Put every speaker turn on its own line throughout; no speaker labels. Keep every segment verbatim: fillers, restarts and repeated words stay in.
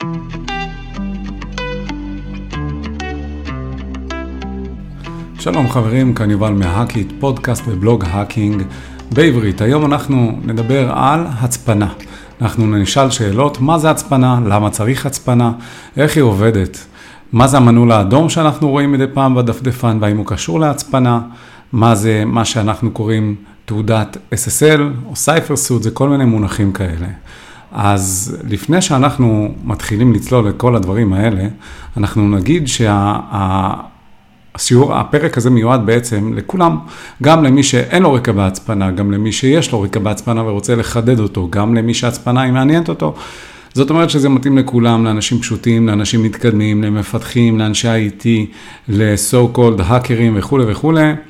שלום חברים, כאן יובל מהאקיט, פודקאסט ובלוג האקינג בעברית. היום אנחנו נדבר על הצפנה. אנחנו נשאל שאלות, מה זה הצפנה, למה צריך הצפנה, איך היא עובדת, מה זה המנעול האדום שאנחנו רואים מדי פעם בדפדפן, והאם הוא קשור להצפנה, מה זה מה שאנחנו קוראים תעודת אס אס אל או סייפר סוט, זה כל מיני מונחים כאלה. אז לפני שאנחנו מתחילים לצלול את כל הדברים האלה, אנחנו נגיד שה... השיעור, הפרק הזה מיועד בעצם לכולם, גם למי שאין לו רקע בהצפנה, גם למי שיש לו רקע בהצפנה ורוצה לחדד אותו, גם למי שהצפנה היא מעניינת אותו. זאת אומרת שזה מתאים לכולם, לאנשים פשוטים, לאנשים מתקדמים, למפתחים, לאנשי איי טי, ל-so called האקרים וכו' וכו'.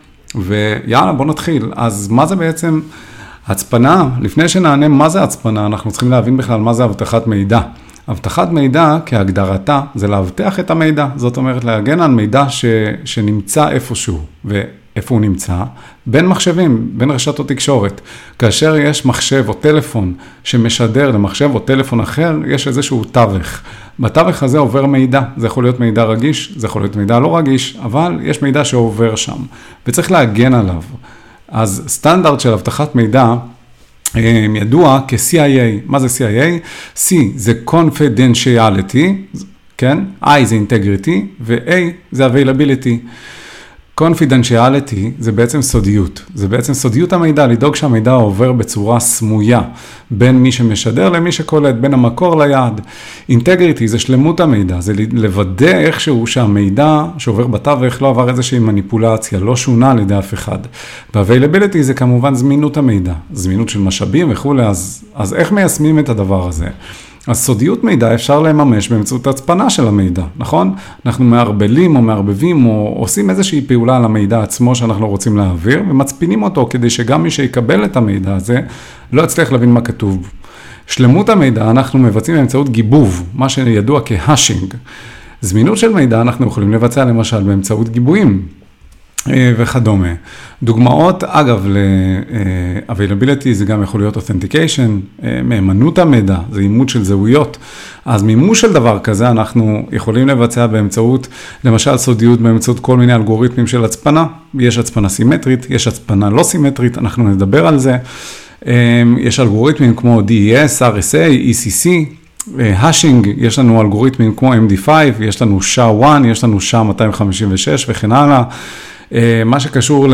ויאללה, בוא נתחיל. אז מה זה בעצם הצפנה? לפני שנענה מה זה הצפנה, אנחנו צריכים להבין בכלל מה זה אבטחת מידע. אבטחת מידע כהגדרתה זה להבטח את המידע, זאת אומרת להגן על מידע ש, שנמצא איפשהו, ואיפה הוא נמצא? בין מחשבים, בין רשתות תקשורת. כאשר יש מחשב או טלפון שמשדר למחשב או טלפון אחר, יש איזשהו תווך. בתווך הזה עובר מידע, זה יכול להיות מידע רגיש, זה יכול להיות מידע לא רגיש, אבל יש מידע שעובר שם, וצריך להגן עליו. אז סטנדרט של אבטחת מידע, ידוע כ-סי איי איי. מה זה סי איי איי? C זה confidentiality, כן? I זה integrity, ו-A זה availability. confidentiality זה בעצם סודיות. זה בעצם סודיות המידע, לדאוג שהמידע עובר בצורה סמויה, בין מי שמשדר למי שקולט, בין המקור ליעד. integrity זה שלמות המידע, זה לוודא איכשהו שהמידע שעובר בתווך לא עבר איזושהי מניפולציה, לא שונה על ידי אף אחד. ו-availability זה כמובן זמינות המידע, זמינות של משאבים וכו'. אז, אז איך מיישמים את הדבר הזה? אז סודיות מידע אפשר לממש באמצעות הצפנה של המידע, נכון? אנחנו מערבלים או מערבבים או עושים איזושהי פעולה על המידע עצמו שאנחנו רוצים להעביר, ומצפינים אותו כדי שגם מי שיקבל את המידע הזה לא יצליח להבין מה כתוב. שלמות המידע אנחנו מבצעים באמצעות גיבוב, מה שידוע כהאשינג. זמינות של מידע אנחנו יכולים לבצע למשל באמצעות גיבויים וכדומה. דוגמאות, אגב, ל-availability זה גם יכול להיות authentication, מהימנות המידע, זה אימות של זהויות. אז מימוש של דבר כזה אנחנו יכולים לבצע באמצעות, למשל סודיות באמצעות כל מיני אלגוריתמים של הצפנה. יש הצפנה סימטרית, יש הצפנה לא סימטרית, אנחנו נדבר על זה. יש אלגוריתמים כמו די אי אס, אר אס איי, אי סי סי, האשינג, יש לנו אלגוריתמים כמו אם די פייב, יש לנו שא אחת, יש לנו שא מאתיים חמישים ושש וכן הלאה. מה שקשור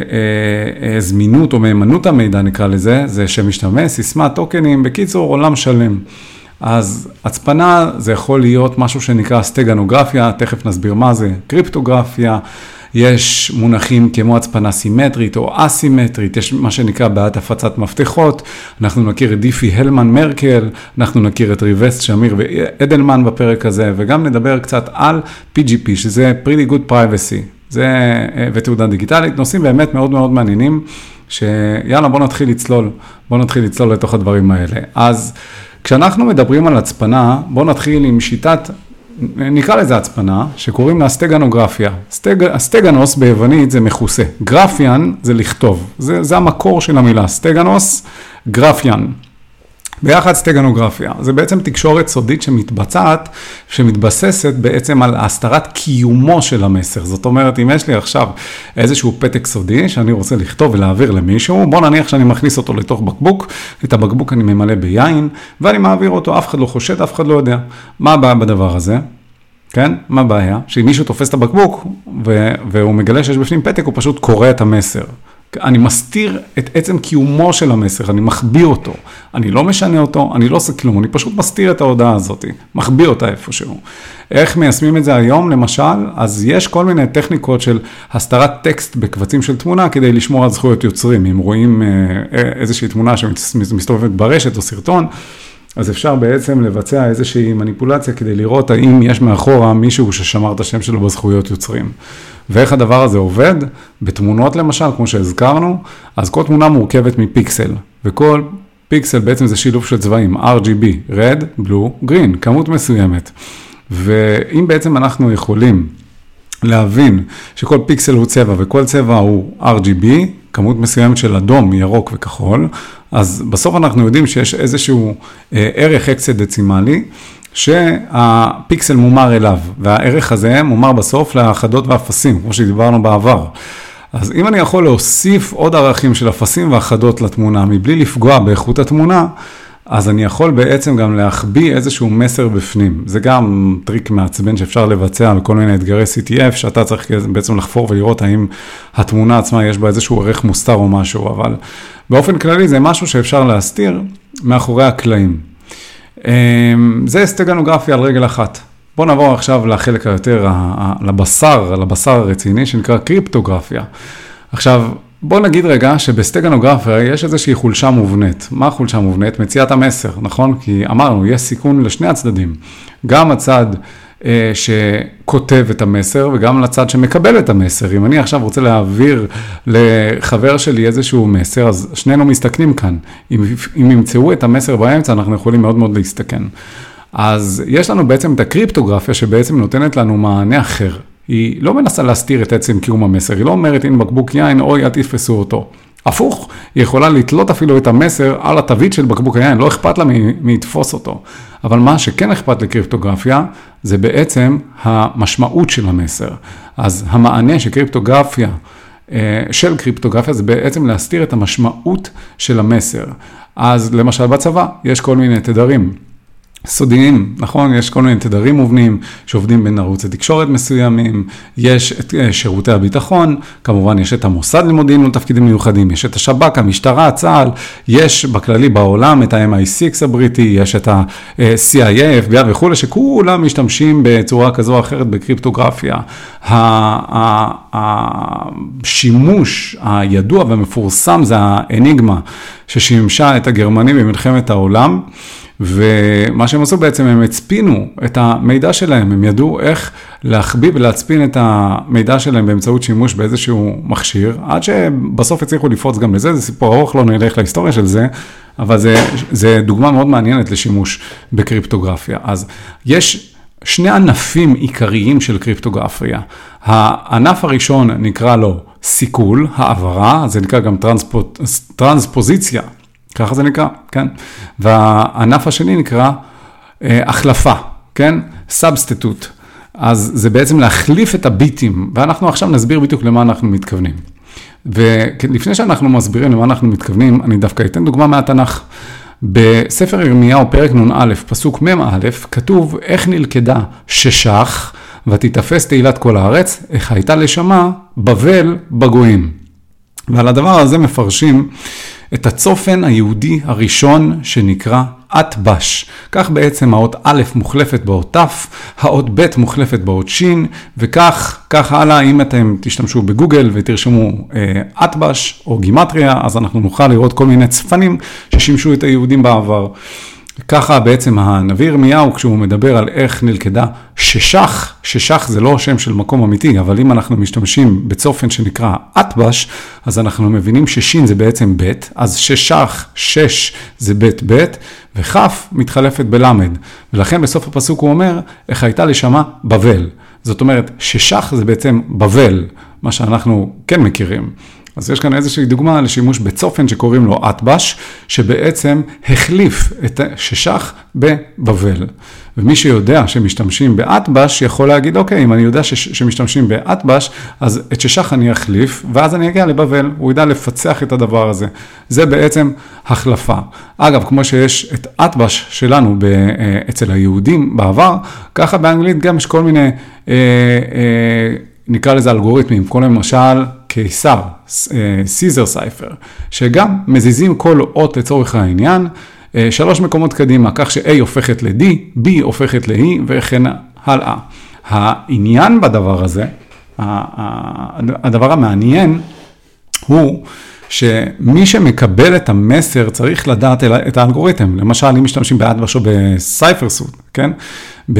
לזמינות או מהימנות המידע נקרא לזה, זה שמשתמש, סיסמה, טוקנים, בקיצור עולם שלם. אז הצפנה זה יכול להיות משהו שנקרא סטגנוגרפיה, תכף נסביר מה זה, קריפטוגרפיה, יש מונחים כמו הצפנה סימטרית או אסימטרית, יש מה שנקרא בעיית הפצת מפתחות, אנחנו נכיר את דיפי הלמן מרקל, אנחנו נכיר את ריבסט שמיר ואדלמן בפרק הזה, וגם נדבר קצת על פי ג'י פי, שזה Pretty Good Privacy, זה ותעודה דיגיטלית, נושאים באמת מאוד מאוד מעניינים, שיאללה בוא נתחיל לצלול, בוא נתחיל לצלול לתוך הדברים האלה. אז כשאנחנו מדברים על הצפנה, בוא נתחיל עם שיטת, נקרא לזה הצפנה, שקוראים לה סטגנוגרפיה. סטג, הסטגנוס ביוונית זה מכוסה. גרפיאן זה לכתוב. זה, זה המקור של המילה. סטגנוס, גרפיאן. ביחד סטגנוגרפיה. זה בעצם תקשורת סודית שמתבצעת, שמתבססת בעצם על הסתרת קיומו של המסר. זאת אומרת, אם יש לי עכשיו איזשהו פתק סודי שאני רוצה לכתוב ולהעביר למישהו, בוא נניח שאני מכניס אותו לתוך בקבוק, את הבקבוק אני ממלא ביין, ואני מעביר אותו, אף אחד לא חושד, אף אחד לא יודע. מה הבעיה בדבר הזה? כן? מה הבעיה? שאם מישהו תופס את הבקבוק, והוא מגלה שיש בפנים פתק, הוא פשוט קורא את המסר. אני מסתיר את עצם קיומו של המסר, אני מחביא אותו, אני לא משנה אותו, אני לא עושה כלום, אני פשוט מסתיר את ההודעה הזאת, מחביא אותה איפשהו. איך מיישמים את זה היום, למשל? אז יש כל מיני טכניקות של הסתרת טקסט בקבצים של תמונה, כדי לשמור על זכויות יוצרים. אם רואים איזושהי תמונה שמסתובבת ברשת או סרטון, אז אפשר בעצם לבצע איזושהי מניפולציה כדי לראות האם יש מאחורה מישהו ששמר את השם שלו בזכויות יוצרים. ואיך הדבר הזה עובד? בתמונות למשל, כמו שהזכרנו, אז כל תמונה מורכבת מפיקסל, וכל פיקסל בעצם זה שילוב של צבעים, אר ג'י בי, red, blue, green, כמות מסוימת. ואם בעצם אנחנו יכולים להבין שכל פיקסל הוא צבע וכל צבע הוא אר ג'י בי, כמות מסוימת של אדום, ירוק וכחול, אז בסוף אנחנו יודעים שיש איזשהו ערך אקסדצימלי, שהפיקסל מומר אליו, והערך הזה מומר בסוף לאחדות והאפסים, כמו שדיברנו בעבר. אז אם אני יכול להוסיף עוד ערכים של אפסים ואחדות לתמונה, מבלי לפגוע באיכות התמונה, אז אני יכול בעצם גם להחביא איזשהו מסר בפנים. זה גם טריק מעצבן שאפשר לבצע בכל מיני אתגרי סי טי אף, שאתה צריך בעצם לחפור ולראות האם התמונה עצמה יש בה איזשהו ערך מוסתר או משהו, אבל באופן כללי זה משהו שאפשר להסתיר מאחורי הקלעים. זה סטגנוגרפיה על רגל אחת. בואו נעבור עכשיו לחלק היותר, לבשר, לבשר הרציני, שנקרא קריפטוגרפיה. עכשיו, בואו נגיד רגע שבסטגנוגרפיה יש איזושהי חולשה מובנית. מה חולשה מובנית? מציאת המסר, נכון? כי אמרנו, יש סיכון לשני הצדדים. גם הצד אה, שכותב את המסר וגם לצד שמקבל את המסר. אם אני עכשיו רוצה להעביר לחבר שלי איזשהו מסר, אז שנינו מסתכנים כאן. אם, אם ימצאו את המסר באמצע, אנחנו יכולים מאוד מאוד להסתכן. אז יש לנו בעצם את הקריפטוגרפיה שבעצם נותנת לנו מענה אחר. היא לא מנסה להסתיר את עצם קיום המסר, היא לא אומרת אין בקבוק יין, אוי אל תתפסו אותו. הפוך, היא יכולה לתלות אפילו את המסר על התווית של בקבוק היין, לא אכפת לה מלתפוס אותו. אבל מה שכן אכפת לקריפטוגרפיה, זה בעצם המשמעות של המסר. אז המענה של קריפטוגרפיה, של קריפטוגרפיה, זה בעצם להסתיר את המשמעות של המסר. אז למשל בצבא, יש כל מיני תדרים. סודיים, נכון? יש כל מיני תדרים מובנים שעובדים בין ערוצי תקשורת מסוימים, יש את שירותי הביטחון, כמובן יש את המוסד למודיעין ולתפקידים מיוחדים, יש את השב"כ, המשטרה, צה"ל, יש בכללי בעולם את ה-אם איי סיקס הבריטי, יש את ה-סי איי איי, אף בי איי וכו', שכולם משתמשים בצורה כזו או אחרת בקריפטוגרפיה. השימוש הידוע והמפורסם זה האניגמה ששימשה את הגרמנים במלחמת העולם, ומה שהם עשו בעצם, הם הצפינו את המידע שלהם, הם ידעו איך להחביא ולהצפין את המידע שלהם באמצעות שימוש באיזשהו מכשיר, עד שבסוף הצליחו לפרוץ גם לזה, זה סיפור ארוך, לא נלך להיסטוריה של זה, אבל זה, זה דוגמה מאוד מעניינת לשימוש בקריפטוגרפיה. אז יש שני ענפים עיקריים של קריפטוגרפיה. הענף הראשון נקרא לו סיכול, העברה, זה נקרא גם טרנספו, טרנספוזיציה, ככה זה נקרא, כן? והענף השני נקרא אה, החלפה, כן? סאבסטיטוט. אז זה בעצם להחליף את הביטים, ואנחנו עכשיו נסביר בדיוק למה אנחנו מתכוונים. ולפני שאנחנו מסבירים למה אנחנו מתכוונים, אני דווקא אתן דוגמה מהתנ"ך. בספר ירמיהו פרק נ"א, פסוק מ"א, כתוב איך נלכדה ששח, ותתפס תהילת כל הארץ, איך הייתה לשמה בבל בגויים. ועל הדבר הזה מפרשים את הצופן היהודי הראשון שנקרא אטבש. כך בעצם האות א' מוחלפת באות ת', האות ב' מוחלפת באות ש', וכך, כך הלאה, אם אתם תשתמשו בגוגל ותרשמו אה, אטבש או גימטריה, אז אנחנו נוכל לראות כל מיני צפנים ששימשו את היהודים בעבר. ככה בעצם הנביא ירמיהו, כשהוא מדבר על איך נלכדה ששח, ששח זה לא שם של מקום אמיתי, אבל אם אנחנו משתמשים בצופן שנקרא אטבש, אז אנחנו מבינים ששין זה בעצם ב', אז ששח, שש זה ב' ב', וכף מתחלפת בלמד. ולכן בסוף הפסוק הוא אומר, איך הייתה לשמה בבל. זאת אומרת, ששח זה בעצם בבל, מה שאנחנו כן מכירים. אז יש כאן איזושהי דוגמה לשימוש בצופן שקוראים לו אטבש, שבעצם החליף את ששח בבבל. ומי שיודע שמשתמשים באטבש, יכול להגיד, אוקיי, אם אני יודע שמשתמשים באטבש, אז את ששח אני אחליף, ואז אני אגיע לבבל, הוא ידע לפצח את הדבר הזה. זה בעצם החלפה. אגב, כמו שיש את אטבש שלנו אצל היהודים בעבר, ככה באנגלית גם יש כל מיני, נקרא לזה אלגוריתמים, כל למשל, קיסר, סיזר סייפר, שגם מזיזים כל אות לצורך העניין, שלוש מקומות קדימה, כך ש-A הופכת ל-D, B הופכת ל-E, וכן הלאה. העניין בדבר הזה, הדבר המעניין, הוא שמי שמקבל את המסר צריך לדעת את האלגוריתם. למשל, אם משתמשים באטבש או בסייפר סוט, כן? ב...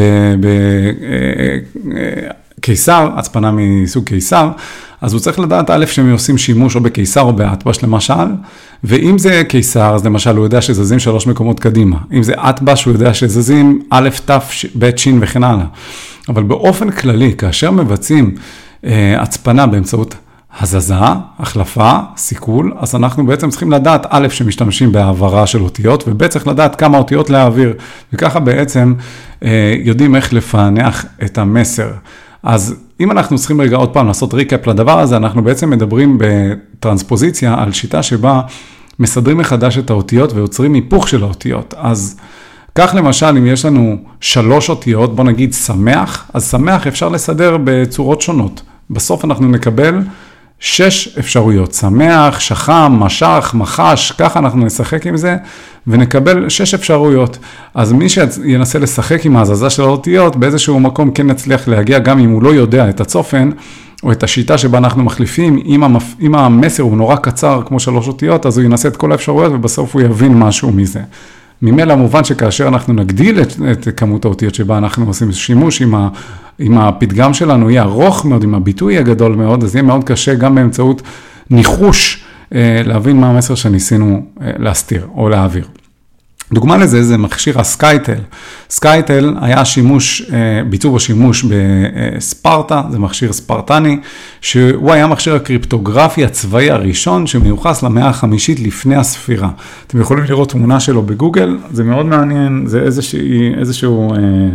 קיסר, הצפנה מסוג קיסר, אז הוא צריך לדעת א' שהם עושים שימוש או בקיסר או באטבש למשל, ואם זה קיסר, אז למשל הוא יודע שזזים שלוש מקומות קדימה. אם זה אטבש, הוא יודע שזזים א', ת', ב', ש' וכן הלאה. אבל באופן כללי, כאשר מבצעים אה, הצפנה באמצעות הזזה, החלפה, סיכול, אז אנחנו בעצם צריכים לדעת א' שמשתמשים בהעברה של אותיות, וב' צריך לדעת כמה אותיות להעביר, וככה בעצם אה, יודעים איך לפענח את המסר. אז אם אנחנו צריכים רגע עוד פעם לעשות ריקאפ לדבר הזה, אנחנו בעצם מדברים בטרנספוזיציה על שיטה שבה מסדרים מחדש את האותיות ויוצרים היפוך של האותיות. אז כך למשל, אם יש לנו שלוש אותיות, בוא נגיד שמח, אז שמח אפשר לסדר בצורות שונות. בסוף אנחנו נקבל שש אפשרויות, שמח, שחם, משך, מחש, ככה אנחנו נשחק עם זה, ונקבל שש אפשרויות. אז מי שינסה לשחק עם ההזזה של האותיות, באיזשהו מקום כן נצליח להגיע, גם אם הוא לא יודע את הצופן, או את השיטה שבה אנחנו מחליפים, אם, המפ... אם המסר הוא נורא קצר, כמו שלוש אותיות, אז הוא ינסה את כל האפשרויות, ובסוף הוא יבין משהו מזה. ממילא המובן שכאשר אנחנו נגדיל את, את כמות האותיות שבה אנחנו עושים שימוש, עם, ה, עם הפתגם שלנו יהיה ארוך מאוד, עם הביטוי יהיה גדול מאוד, אז יהיה מאוד קשה גם באמצעות ניחוש אה, להבין מה המסר שניסינו אה, להסתיר או להעביר. דוגמה לזה זה מכשיר הסקייטל. סקייטל היה שימוש, ביצעו בו שימוש בספרטה, זה מכשיר ספרטני, שהוא היה מכשיר הקריפטוגרפי הצבאי הראשון שמיוחס למאה החמישית לפני הספירה. אתם יכולים לראות תמונה שלו בגוגל, זה מאוד מעניין, זה איזשהו, איזשהו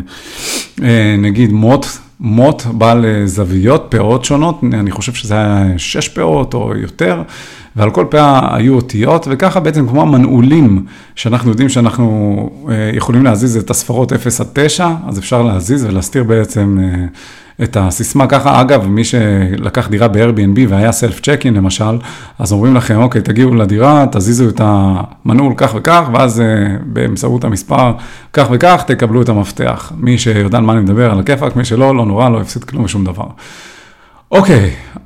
נגיד מוט, מוט בעל זוויות, פאות שונות, אני חושב שזה היה שש פאות או יותר, ועל כל פאה היו אותיות, וככה בעצם כמו המנעולים, שאנחנו יודעים שאנחנו יכולים להזיז את הספרות אפס עד תשע, אז אפשר להזיז ולהסתיר בעצם את הסיסמה ככה. אגב, מי שלקח דירה ב-Airbnb והיה סלף צ'קין למשל, אז אומרים לכם, אוקיי, תגיעו לדירה, תזיזו את המנעול כך וכך, ואז באמצעות המספר כך וכך, תקבלו את המפתח. מי שיודע מה אני מדבר על הכיפק, מי שלא, לא נורא, לא יפסיד כלום ושום דבר. אוקיי,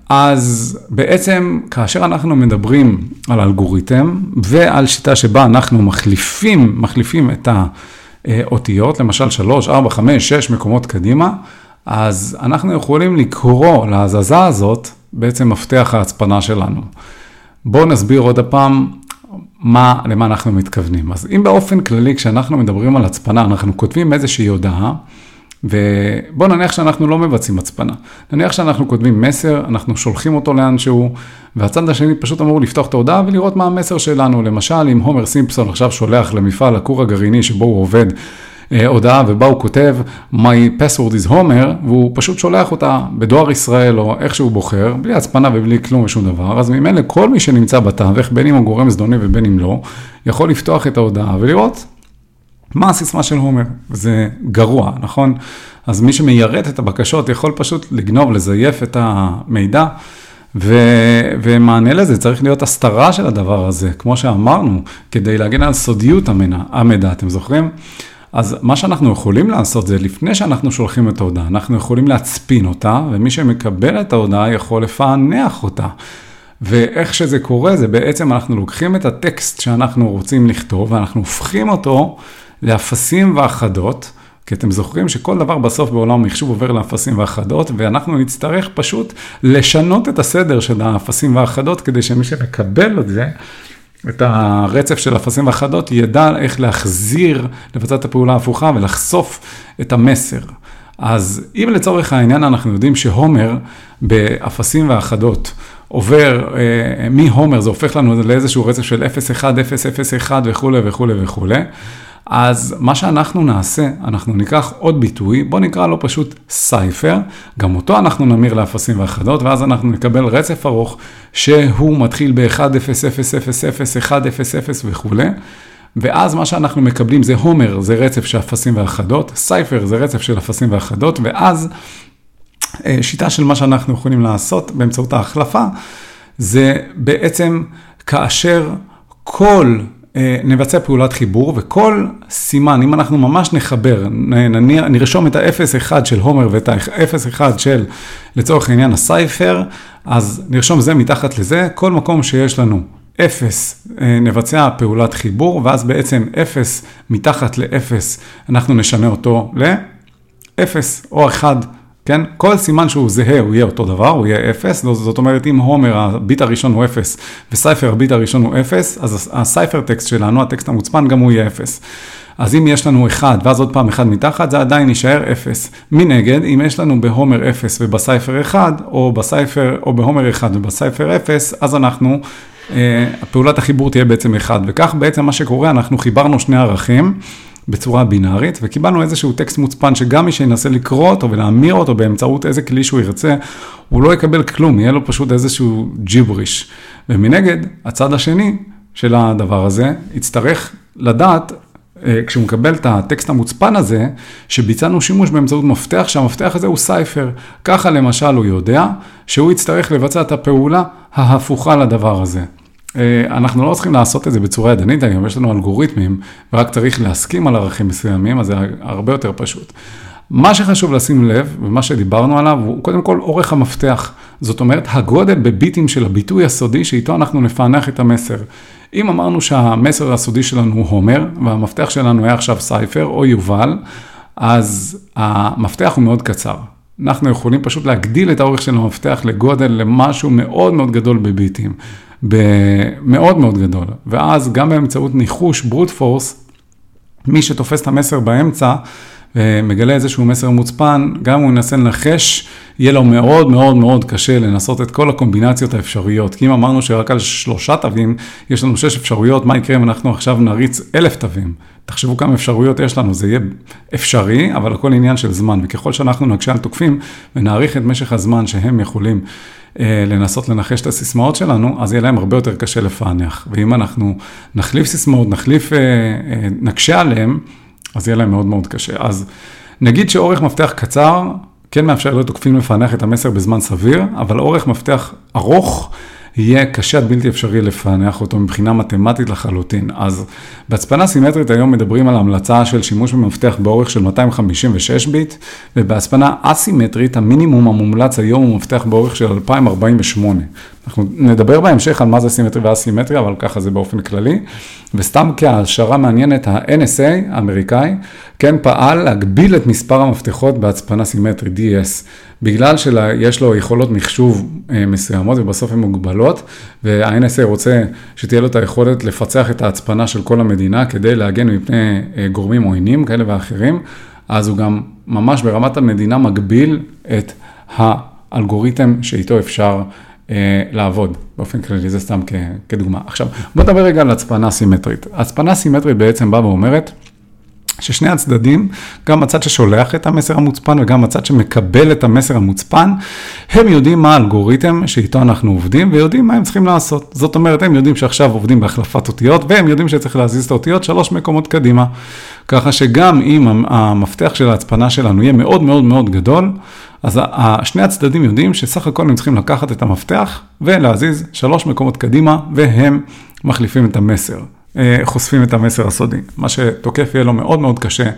אז בעצם כאשר אנחנו מדברים על אלגוריתם ועל שיטה שבה אנחנו מחליפים, מחליפים את האותיות, למשל שלוש, ארבע, חמש, שש מקומות קדימה, אז אנחנו יכולים לקרוא להזזה הזאת בעצם מפתח ההצפנה שלנו. בואו נסביר עוד הפעם מה, למה אנחנו מתכוונים. אז אם באופן כללי כשאנחנו מדברים על הצפנה, אנחנו כותבים איזושהי הודעה, ובוא נניח שאנחנו לא מבצעים הצפנה. נניח שאנחנו כותבים מסר, אנחנו שולחים אותו לאנשהו, והצד השני פשוט אמור לפתוח את ההודעה ולראות מה המסר שלנו. למשל, אם הומר סימפסון עכשיו שולח למפעל הכור הגרעיני שבו הוא עובד הודעה, ובה הוא כותב My password is Homer, והוא פשוט שולח אותה בדואר ישראל או איך שהוא בוחר, בלי הצפנה ובלי כלום ושום דבר. אז ממילא כל מי שנמצא בתווך, בין אם הוא גורם זדוני ובין אם לא, יכול לפתוח את ההודעה ולראות מה הסיסמה של הומר. זה גרוע, נכון? אז מי שמיירט את הבקשות יכול פשוט לגנוב, לזייף את המידע, ו... ומענה לזה צריך להיות הסתרה של הדבר הזה, כמו שאמרנו, כדי להגן על סודיות המידע, אתם זוכרים? אז מה שאנחנו יכולים לעשות זה, לפני שאנחנו שולחים את ההודעה, אנחנו יכולים להצפין אותה, ומי שמקבל את ההודעה יכול לפענח אותה. ואיך שזה קורה, זה בעצם אנחנו לוקחים את הטקסט שאנחנו רוצים לכתוב, ואנחנו הופכים אותו לאפסים ואחדות, כי אתם זוכרים שכל דבר בסוף בעולם המחשוב עובר לאפסים ואחדות, ואנחנו נצטרך פשוט לשנות את הסדר של האפסים ואחדות, כדי שמי שמקבל את זה, את הרצף של אפסים ואחדות, ידע איך להחזיר, לבצע את הפעולה ההפוכה ולחשוף את המסר. אז אם לצורך העניין אנחנו יודעים שהומר באפסים ואחדות עובר, מהומר זה הופך לנו לאיזשהו רצף של אפס אחת אפס אפס אחת וכו' וכו' וכו'. אז מה שאנחנו נעשה, אנחנו ניקח עוד ביטוי, בוא נקרא לו פשוט סייפר, גם אותו אנחנו נמיר לאפסים ואחדות, ואז אנחנו נקבל רצף ארוך שהוא מתחיל ב-אחת אפס אפס אפס אפס אחת אפס אפס וכו'. ואז מה שאנחנו מקבלים זה הומר, זה רצף של אפסים ואחדות, סייפר זה רצף של אפסים ואחדות, ואז שיטה של מה שאנחנו יכולים לעשות באמצעות ההחלפה, זה בעצם כאשר כל נבצע פעולת חיבור, וכל סימן, אם אנחנו ממש נחבר, נרשום את ה-אפס אחת של הומר ואת ה-אפס אחת של, לצורך העניין, הסייפר, אז נרשום זה מתחת לזה, כל מקום שיש לנו אפס, נבצע פעולת חיבור, ואז בעצם אפס מתחת ל-אפס, אנחנו נשנה אותו ל-אפס או אחד, כן? כל סימן שהוא זהה, הוא יהיה אותו דבר, הוא יהיה אפס, זאת אומרת, אם הומר, הביט הראשון הוא אפס, וסייפר, הביט הראשון הוא אפס, אז הסייפר טקסט שלנו, הטקסט המוצפן, גם הוא יהיה אפס. אז אם יש לנו אחד, ואז עוד פעם אחד מתחת, זה עדיין יישאר אפס. מנגד, אם יש לנו בהומר אפס ובסייפר אחד, או בסייפר, או בהומר אחד ובסייפר אפס, אז אנחנו, פעולת החיבור תהיה בעצם אחד. וכך בעצם מה שקורה, אנחנו חיברנו שני ערכים, בצורה בינארית, וקיבלנו איזשהו טקסט מוצפן, שגם מי שינסה לקרוא אותו ולהמיר אותו באמצעות איזה כלי שהוא ירצה, הוא לא יקבל כלום, יהיה לו פשוט איזשהו ג'יבריש. ומנגד, הצד השני של הדבר הזה, יצטרך לדעת, כשהוא מקבל את הטקסט המוצפן הזה, שביצענו שימוש באמצעות מפתח, שהמפתח הזה הוא סייפר. ככה למשל הוא יודע, שהוא יצטרך לבצע את הפעולה ההפוכה לדבר הזה. אנחנו לא צריכים לעשות את זה בצורה ידנית, היום יש לנו אלגוריתמים, ורק צריך להסכים על ערכים מסוימים, אז זה הרבה יותר פשוט. מה שחשוב לשים לב, ומה שדיברנו עליו, הוא קודם כל אורך המפתח. זאת אומרת, הגודל בביטים של הביטוי הסודי, שאיתו אנחנו נפענח את המסר. אם אמרנו שהמסר הסודי שלנו הוא הומר, והמפתח שלנו היה עכשיו סייפר או יובל, אז המפתח הוא מאוד קצר. אנחנו יכולים פשוט להגדיל את האורך של המפתח לגודל למשהו מאוד מאוד גדול בביטים. במאוד מאוד גדול. ואז גם באמצעות ניחוש ברוט פורס, מי שתופס את המסר באמצע, ומגלה איזשהו מסר מוצפן, גם הוא ינסה לנחש, יהיה לו מאוד מאוד מאוד קשה לנסות את כל הקומבינציות האפשריות. כי אם אמרנו שרק על שלושה תווים, יש לנו שש אפשרויות, מה יקרה אם אנחנו עכשיו נריץ אלף תווים? תחשבו כמה אפשרויות יש לנו, זה יהיה אפשרי, אבל הכל עניין של זמן. וככל שאנחנו נקשה על תוקפים, ונעריך את משך הזמן שהם יכולים לנסות לנחש את הסיסמאות שלנו, אז יהיה להם הרבה יותר קשה לפענח. ואם אנחנו נחליף סיסמאות, נחליף, נקשה עליהם, אז יהיה להם מאוד מאוד קשה. אז נגיד שאורך מפתח קצר, כן מאפשר לתוקפים לפענח את המסר בזמן סביר, אבל אורך מפתח ארוך, יהיה קשה עד בלתי אפשרי לפענח אותו מבחינה מתמטית לחלוטין. אז בהצפנה סימטרית היום מדברים על המלצה של שימוש במפתח באורך של מאתיים חמישים ושש ביט, ובהצפנה אסימטרית המינימום המומלץ היום הוא מפתח באורך של אלפיים ארבעים ושמונה. אנחנו נדבר בהמשך על מה זה סימטרי ואסימטרי, אבל ככה זה באופן כללי. וסתם כהשערה מעניינת, ה-אן אס איי האמריקאי כן פעל להגביל את מספר המפתחות בהצפנה סימטרית, די אס, בגלל שיש לו יכולות מחשוב מסוימות ובסוף הן מוגבלות, וה-אן אס איי רוצה שתהיה לו את היכולת לפצח את ההצפנה של כל המדינה כדי להגן מפני גורמים עוינים כאלה ואחרים, אז הוא גם ממש ברמת המדינה מגביל את האלגוריתם שאיתו אפשר לעבוד, באופן כללי, זה סתם כדוגמה. עכשיו, בוא נדבר רגע על הצפנה סימטרית. הצפנה סימטרית בעצם באה ואומרת ששני הצדדים, גם הצד ששולח את המסר המוצפן וגם הצד שמקבל את המסר המוצפן, הם יודעים מה האלגוריתם שאיתו אנחנו עובדים ויודעים מה הם צריכים לעשות. זאת אומרת, הם יודעים שעכשיו עובדים בהחלפת אותיות והם יודעים שצריך להזיז את האותיות שלוש מקומות קדימה. ככה שגם אם המפתח של ההצפנה שלנו יהיה מאוד מאוד מאוד גדול, אז שני הצדדים יודעים שסך הכל הם צריכים לקחת את המפתח ולהזיז שלוש מקומות קדימה והם מחליפים את המסר. חושפים את המסר הסודי, מה שתוקף יהיה לו מאוד מאוד קשה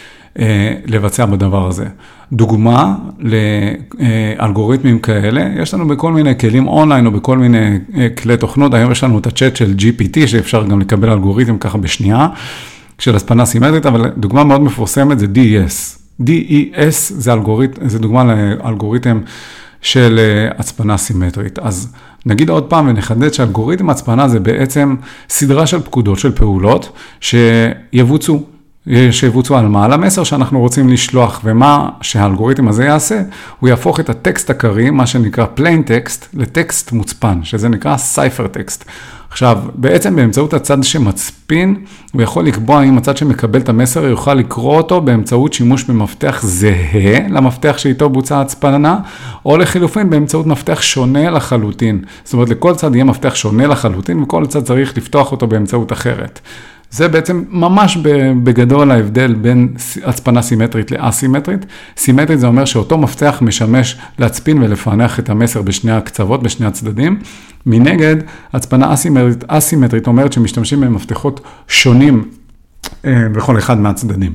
לבצע בדבר הזה. דוגמה לאלגוריתמים כאלה, יש לנו בכל מיני כלים אונליין או בכל מיני כלי תוכנות, היום יש לנו את הצ'אט של ג'י פי טי, שאפשר גם לקבל אלגוריתם ככה בשנייה, של הצפנה סימטרית, אבל דוגמה מאוד מפורסמת זה די אי אס. די אי אס זה, אלגוריתם, זה דוגמה לאלגוריתם של הצפנה סימטרית. אז נגיד עוד פעם ונחדד שאלגוריתם הצפנה זה בעצם סדרה של פקודות, של פעולות, שיבוצעו, שיבוצעו על מה? על המסר שאנחנו רוצים לשלוח, ומה שהאלגוריתם הזה יעשה, הוא יהפוך את הטקסט הקרי, מה שנקרא plain text, לטקסט מוצפן, שזה נקרא cipher text. עכשיו, בעצם באמצעות הצד שמצפין, הוא יכול לקבוע אם הצד שמקבל את המסר, יוכל לקרוא אותו באמצעות שימוש במפתח זהה למפתח שאיתו בוצע הצפנה, או לחילופין באמצעות מפתח שונה לחלוטין. זאת אומרת, לכל צד יהיה מפתח שונה לחלוטין, וכל צד צריך לפתוח אותו באמצעות אחרת. זה בעצם ממש בגדול ההבדל בין הצפנה סימטרית לאסימטרית. סימטרית זה אומר שאותו מפתח משמש להצפין ולפענח את המסר בשני הקצוות, בשני הצדדים. מנגד, הצפנה אסימטרית, אסימטרית אומרת שמשתמשים במפתחות שונים בכל אחד מהצדדים.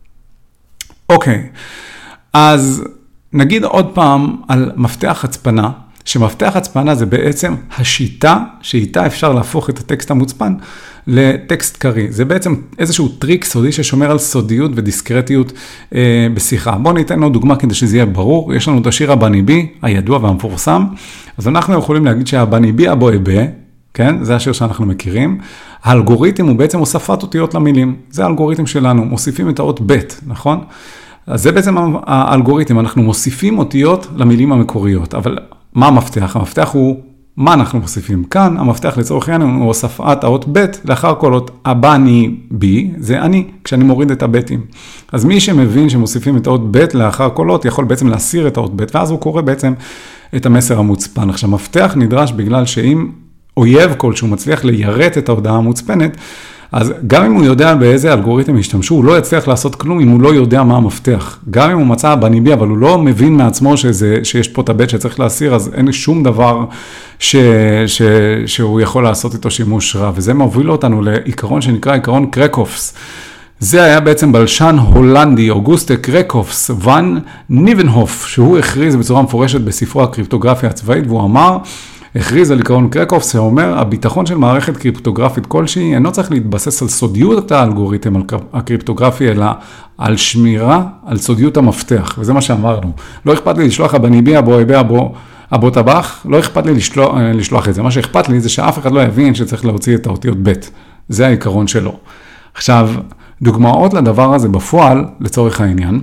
אוקיי, אז נגיד עוד פעם על מפתח הצפנה, שמפתח הצפנה זה בעצם השיטה שאיתה אפשר להפוך את הטקסט המוצפן לטקסט קרי. זה בעצם איזשהו טריק סודי ששומר על סודיות ודיסקרטיות אה, בשיחה. בואו ניתן לו דוגמה כדי שזה יהיה ברור. יש לנו את השיר הבני בי, הידוע והמפורסם. אז אנחנו יכולים להגיד שהבני בי אבו אבה, כן? זה השיר שאנחנו מכירים. האלגוריתם הוא בעצם הוספת אותיות למילים. זה האלגוריתם שלנו, מוסיפים את האות ב', נכון? אז זה בעצם האלגוריתם, אנחנו מוסיפים אותיות למילים המקוריות. אבל מה המפתח? המפתח הוא מה אנחנו מוסיפים. כאן המפתח לצורך העניין הוא הוספת האות ב' לאחר כל אות הבא אני בי, זה אני, כשאני מוריד את הבטים. אז מי שמבין שמוסיפים את האות ב' לאחר כל אות, יכול בעצם להסיר את האות ב', ואז הוא קורא בעצם את המסר המוצפן. עכשיו, מפתח נדרש בגלל שאם אויב כלשהו מצליח ליירט את ההודעה המוצפנת, אז גם אם הוא יודע באיזה אלגוריתם ישתמשו, הוא לא יצליח לעשות כלום אם הוא לא יודע מה המפתח. גם אם הוא מצא בניבי, אבל הוא לא מבין מעצמו שזה, שיש פה את הבית שצריך להסיר, אז אין שום דבר ש, ש, שהוא יכול לעשות איתו שימוש רע. וזה מוביל אותנו לעיקרון שנקרא עיקרון קרקופס. זה היה בעצם בלשן הולנדי, אוגוסטה קרקופס, ואן ניבנהוף, שהוא הכריז בצורה מפורשת בספרו הקריפטוגרפיה הצבאית, והוא אמר, הכריז על עיקרון קרקופס, שאומר, הביטחון של מערכת קריפטוגרפית כלשהי אינו צריך להתבסס על סודיות האלגוריתם הקריפטוגרפי, אלא על שמירה, על סודיות המפתח, וזה מה שאמרנו. לא אכפת לי לשלוח הבניבי, אבו איבי, אבו, אבו טבח, לא אכפת לי לשלוח, לשלוח את זה. מה שאכפת לי זה שאף אחד לא יבין שצריך להוציא את האותיות ב'. זה העיקרון שלו. עכשיו, דוגמאות לדבר הזה בפועל, לצורך העניין,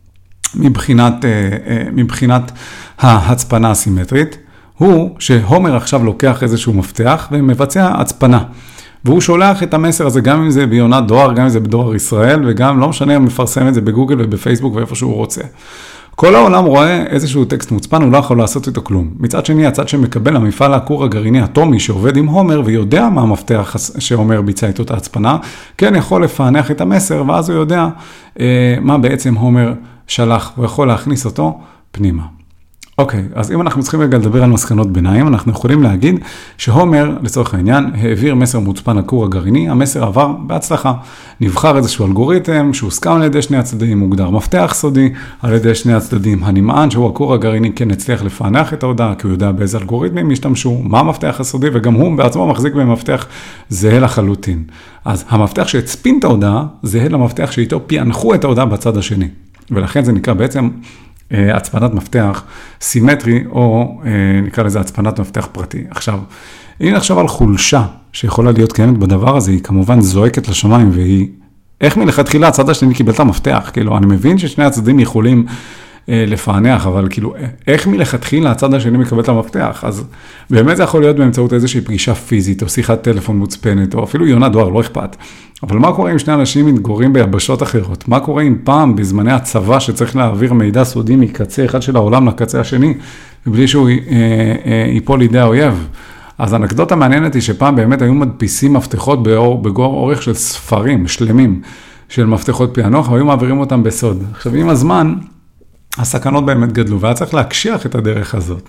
מבחינת, מבחינת ההצפנה הסימטרית, הוא שהומר עכשיו לוקח איזשהו מפתח ומבצע הצפנה. והוא שולח את המסר הזה גם אם זה ביונת דואר, גם אם זה בדואר ישראל, וגם לא משנה, הוא מפרסם את זה בגוגל ובפייסבוק ואיפה שהוא רוצה. כל העולם רואה איזשהו טקסט מוצפן, הוא לא יכול לעשות איתו כלום. מצד שני, הצד שמקבל המפעל הכור הגרעיני אטומי שעובד עם הומר ויודע מה המפתח שהומר ביצע איתו את ההצפנה, כן יכול לפענח את המסר, ואז הוא יודע אה, מה בעצם הומר שלח, הוא יכול להכניס אותו פנימה. אוקיי, אז אם אנחנו צריכים רגע לדבר על מסקנות ביניים, אנחנו יכולים להגיד שהומר, לצורך העניין, העביר מסר מוצפן הכור הגרעיני, המסר עבר בהצלחה. נבחר איזשהו אלגוריתם שהוסכם על ידי שני הצדדים, מוגדר מפתח סודי על ידי שני הצדדים. הנמען שהוא הכור הגרעיני כן הצליח לפענח את ההודעה, כי הוא יודע באיזה אלגוריתמים השתמשו, מה המפתח הסודי, וגם הוא בעצמו מחזיק במפתח זהה לחלוטין. אז המפתח שהצפין את ההודעה, זהה למפתח שאיתו פענחו את ההודעה בצד השני. ולכן זה נקרא בעצם הצפנת מפתח סימטרי, או נקרא לזה הצפנת מפתח פרטי. עכשיו, אם נחשב על חולשה שיכולה להיות קיימת בדבר הזה, היא כמובן זועקת לשמיים, והיא, איך מלכתחילה הצד השני קיבל את המפתח? כאילו, אני מבין ששני הצדדים יכולים לפענח, אבל כאילו, איך מלכתחילה הצד השני מקבל את המפתח? אז באמת זה יכול להיות באמצעות איזושהי פגישה פיזית, או שיחת טלפון מוצפנת, או אפילו יונת דואר, לא אכפת. אבל מה קורה אם שני אנשים מתגוררים ביבשות אחרות? מה קורה אם פעם בזמני הצבא שצריך להעביר מידע סודי מקצה אחד של העולם לקצה השני, בלי שהוא ייפול לידי האויב? אז האנקדוטה מעניינת היא שפעם באמת היו מדפיסים מפתחות בגור אורך של ספרים שלמים של מפתחות פענוח, והיו מעבירים אותם בסוד. עכשיו, עם הזמן, הסכנות באמת גדלו, והיה צריך להקשיח את הדרך הזאת.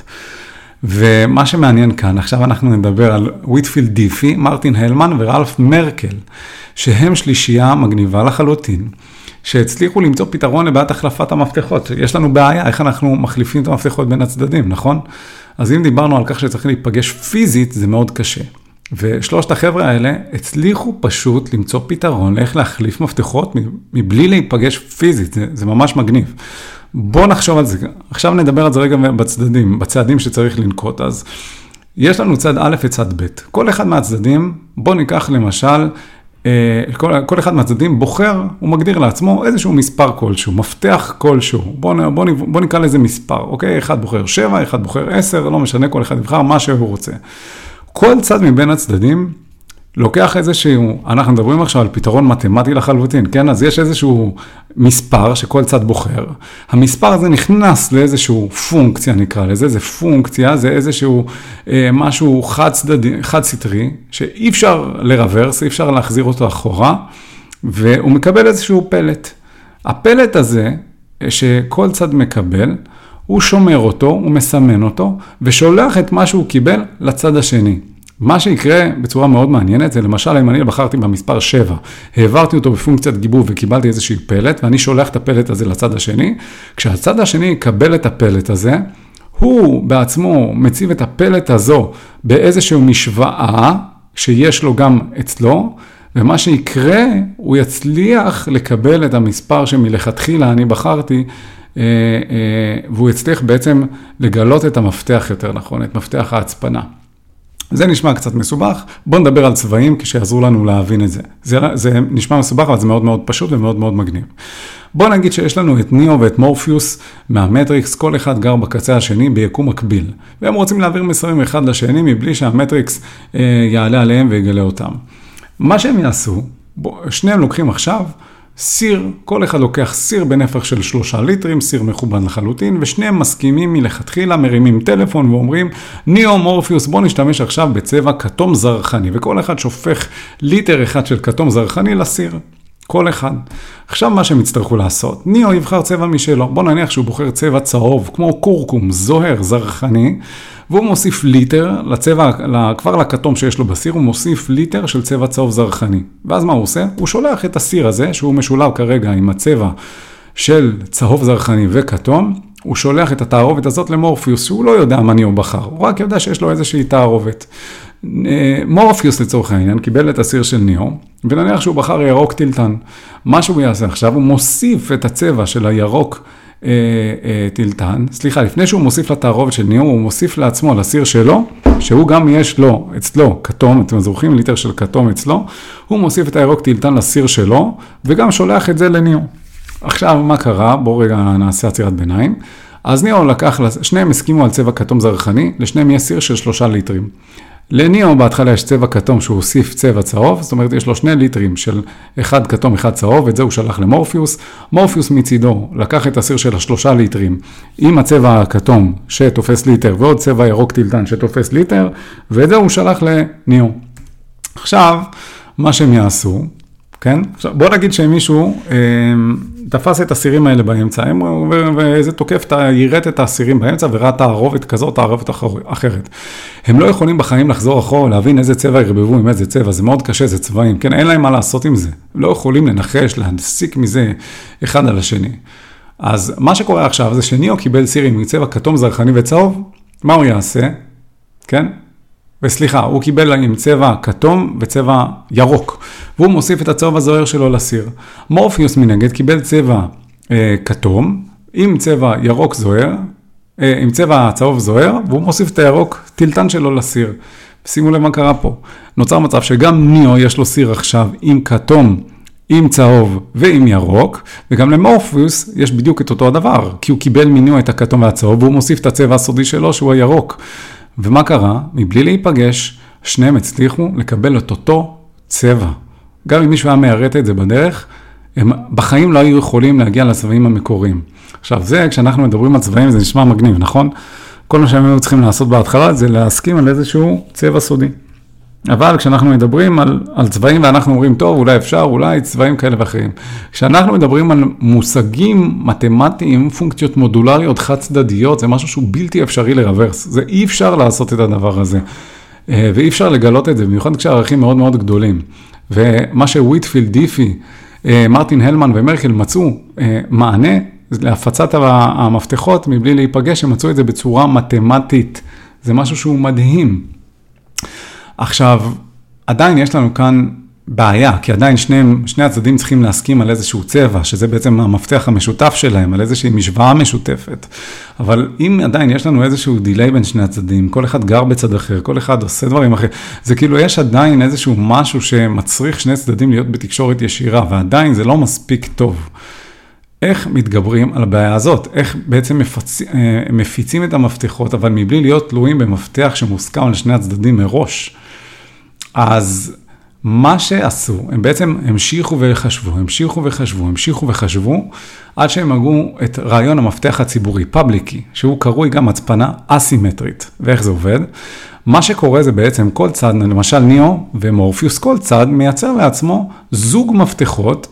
ומה שמעניין כאן, עכשיו אנחנו נדבר על ויטפילד דיפי, מרטין הלמן ורלף מרקל, שהם שלישייה מגניבה לחלוטין, שהצליחו למצוא פתרון לבעיית החלפת המפתחות. יש לנו בעיה, איך אנחנו מחליפים את המפתחות בין הצדדים, נכון? אז אם דיברנו על כך שצריך להיפגש פיזית, זה מאוד קשה. ושלושת החבר'ה האלה הצליחו פשוט למצוא פתרון לאיך להחליף מפתחות מבלי להיפגש פיזית, זה, זה ממש מגניב. בואו נחשוב על זה, עכשיו נדבר על זה רגע בצדדים, בצעדים שצריך לנקוט. אז יש לנו צד א' וצד ב'. כל אחד מהצדדים, בואו ניקח למשל, כל, כל אחד מהצדדים בוחר, הוא מגדיר לעצמו איזשהו מספר כלשהו, מפתח כלשהו. בואו בוא, בוא נקרא לזה מספר, אוקיי? אחד בוחר שבע, אחד בוחר עשר, לא משנה, כל אחד יבחר מה שהוא רוצה. כל צד מבין הצדדים לוקח איזשהו, אנחנו מדברים עכשיו על פתרון מתמטי לחלוטין, כן? אז יש איזשהו מספר שכל צד בוחר. המספר הזה נכנס לאיזשהו פונקציה, נקרא לזה, זה פונקציה, זה איזשהו אה, משהו חד צדדי, חד סטרי, שאי אפשר לרוורס, אי אפשר להחזיר אותו אחורה, והוא מקבל איזשהו פלט. הפלט הזה, שכל צד מקבל, הוא שומר אותו, הוא מסמן אותו, ושולח את מה שהוא קיבל לצד השני. מה שיקרה בצורה מאוד מעניינת, זה למשל, אם אני בחרתי במספר שבע, העברתי אותו בפונקציית גיבוב וקיבלתי איזושהי פלט, ואני שולח את הפלט הזה לצד השני, כשהצד השני יקבל את הפלט הזה, הוא בעצמו מציב את הפלט הזו באיזושהי משוואה, שיש לו גם אצלו, ומה שיקרה, הוא יצליח לקבל את המספר שמלכתחילה אני בחרתי, והוא יצליח בעצם לגלות את המפתח יותר נכון, את מפתח ההצפנה. זה נשמע קצת מסובך, בואו נדבר על צבעים כשיעזרו לנו להבין את זה. זה, זה נשמע מסובך, אבל זה מאוד מאוד פשוט ומאוד מאוד מגניב. בואו נגיד שיש לנו את ניאו ואת מורפיוס מהמטריקס, כל אחד גר בקצה השני ביקום מקביל, והם רוצים להעביר מסרים אחד לשני מבלי שהמטריקס אה, יעלה עליהם ויגלה אותם. מה שהם יעשו, בוא, שניהם לוקחים עכשיו סיר, כל אחד לוקח סיר בנפח של שלושה ליטרים, סיר מכובד לחלוטין, ושניהם מסכימים מלכתחילה, מרימים טלפון ואומרים, ניאו, מורפיוס, בוא נשתמש עכשיו בצבע כתום זרחני, וכל אחד שופך ליטר אחד של כתום זרחני לסיר. כל אחד. עכשיו מה שהם יצטרכו לעשות, ניאו יבחר צבע משלו, בוא נניח שהוא בוחר צבע צהוב, כמו קורקום, זוהר, זרחני, והוא מוסיף ליטר לצבע, כבר לכתום שיש לו בסיר, הוא מוסיף ליטר של צבע צהוב זרחני. ואז מה הוא עושה? הוא שולח את הסיר הזה, שהוא משולב כרגע עם הצבע של צהוב זרחני וכתום, הוא שולח את התערובת הזאת למורפיוס, שהוא לא יודע מה ניאו בחר, הוא רק יודע שיש לו איזושהי תערובת. מורפיוס לצורך העניין קיבל את הסיר של ניאו, ונניח שהוא בחר ירוק טילטן. מה שהוא יעשה עכשיו, הוא מוסיף את הצבע של הירוק אה, אה, טילטן, סליחה, לפני שהוא מוסיף לתערובת של ניאו, הוא מוסיף לעצמו, לסיר שלו, שהוא גם יש לו, אצלו, כתום, אתם זוכרים, ליטר של כתום אצלו, הוא מוסיף את הירוק טילטן לסיר שלו, וגם שולח את זה לניאו. עכשיו, מה קרה? בואו רגע נעשה עצירת ביניים. אז ניאו לקח, שניהם הסכימו על צבע כתום זרחני, לשניהם יש סיר של שלושה ליטרים. לניאו בהתחלה יש צבע כתום שהוא הוסיף צבע צהוב, זאת אומרת יש לו שני ליטרים של אחד כתום, אחד צהוב, את זה הוא שלח למורפיוס. מורפיוס מצידו לקח את הסיר של השלושה ליטרים עם הצבע הכתום שתופס ליטר, ועוד צבע ירוק טילטן שתופס ליטר, ואת זה הוא שלח לניאו. עכשיו, מה שהם יעשו, כן? עכשיו, בוא נגיד שמישהו אה, תפס את הסירים האלה באמצע, וזה תוקף, יראת את הסירים באמצע, וראה תערובת כזאת, תערובת אחרת. הם לא יכולים בחיים לחזור אחורה, להבין איזה צבע ירבבו עם איזה צבע, זה מאוד קשה, זה צבעים, כן? אין להם מה לעשות עם זה. הם לא יכולים לנחש, להסיק מזה אחד על השני. אז מה שקורה עכשיו זה שניאו קיבל סירים מצבע כתום, זרחני וצהוב, מה הוא יעשה? כן? וסליחה, הוא קיבל עם צבע כתום וצבע ירוק, והוא מוסיף את הצהוב הזוהר שלו לסיר. מורפיוס מנגד קיבל צבע אה, כתום, עם צבע ירוק זוהר, אה, עם צבע צהוב זוהר, והוא מוסיף את הירוק טילטן שלו לסיר. שימו לב מה קרה פה. נוצר מצב שגם ניאו יש לו סיר עכשיו עם כתום, עם צהוב ועם ירוק, וגם למורפיוס יש בדיוק את אותו הדבר, כי הוא קיבל מניאו את הכתום והצהוב, והוא מוסיף את הצבע הסודי שלו שהוא הירוק. ומה קרה? מבלי להיפגש, שניהם הצליחו לקבל את אותו צבע. גם אם מישהו היה מיירט את זה בדרך, הם בחיים לא היו יכולים להגיע לצבעים המקוריים. עכשיו זה, כשאנחנו מדברים על צבעים, זה נשמע מגניב, נכון? כל מה שהם היו צריכים לעשות בהתחלה, זה להסכים על איזשהו צבע סודי. אבל כשאנחנו מדברים על, על צבעים, ואנחנו אומרים, טוב, אולי אפשר, אולי צבעים כאלה ואחרים. כשאנחנו מדברים על מושגים מתמטיים, פונקציות מודולריות, חד צדדיות, זה משהו שהוא בלתי אפשרי לרוורס. זה אי אפשר לעשות את הדבר הזה. ואי אפשר לגלות את זה, במיוחד כשהערכים מאוד מאוד גדולים. ומה שוויטפילד, דיפי, מרטין הלמן ומרקל מצאו מענה להפצת המפתחות, מבלי להיפגש, הם מצאו את זה בצורה מתמטית. זה משהו שהוא מדהים. עכשיו, עדיין יש לנו כאן בעיה, כי עדיין שניהם, שני הצדדים צריכים להסכים על איזשהו צבע, שזה בעצם המפתח המשותף שלהם, על איזושהי משוואה משותפת. אבל אם עדיין יש לנו איזשהו דיליי בין שני הצדדים, כל אחד גר בצד אחר, כל אחד עושה דברים אחרים, זה כאילו יש עדיין איזשהו משהו שמצריך שני צדדים להיות בתקשורת ישירה, ועדיין זה לא מספיק טוב. איך מתגברים על הבעיה הזאת? איך בעצם מפצ... מפיצים את המפתחות, אבל מבלי להיות תלויים במפתח שמוסכם על שני הצדדים מראש? אז מה שעשו, הם בעצם המשיכו וחשבו, המשיכו וחשבו, המשיכו וחשבו, עד שהם הגו את רעיון המפתח הציבורי, פאבליקי, שהוא קרוי גם הצפנה אסימטרית. ואיך זה עובד? מה שקורה זה בעצם כל צד, למשל ניאו ומורפיוס, כל צד מייצר לעצמו זוג מפתחות,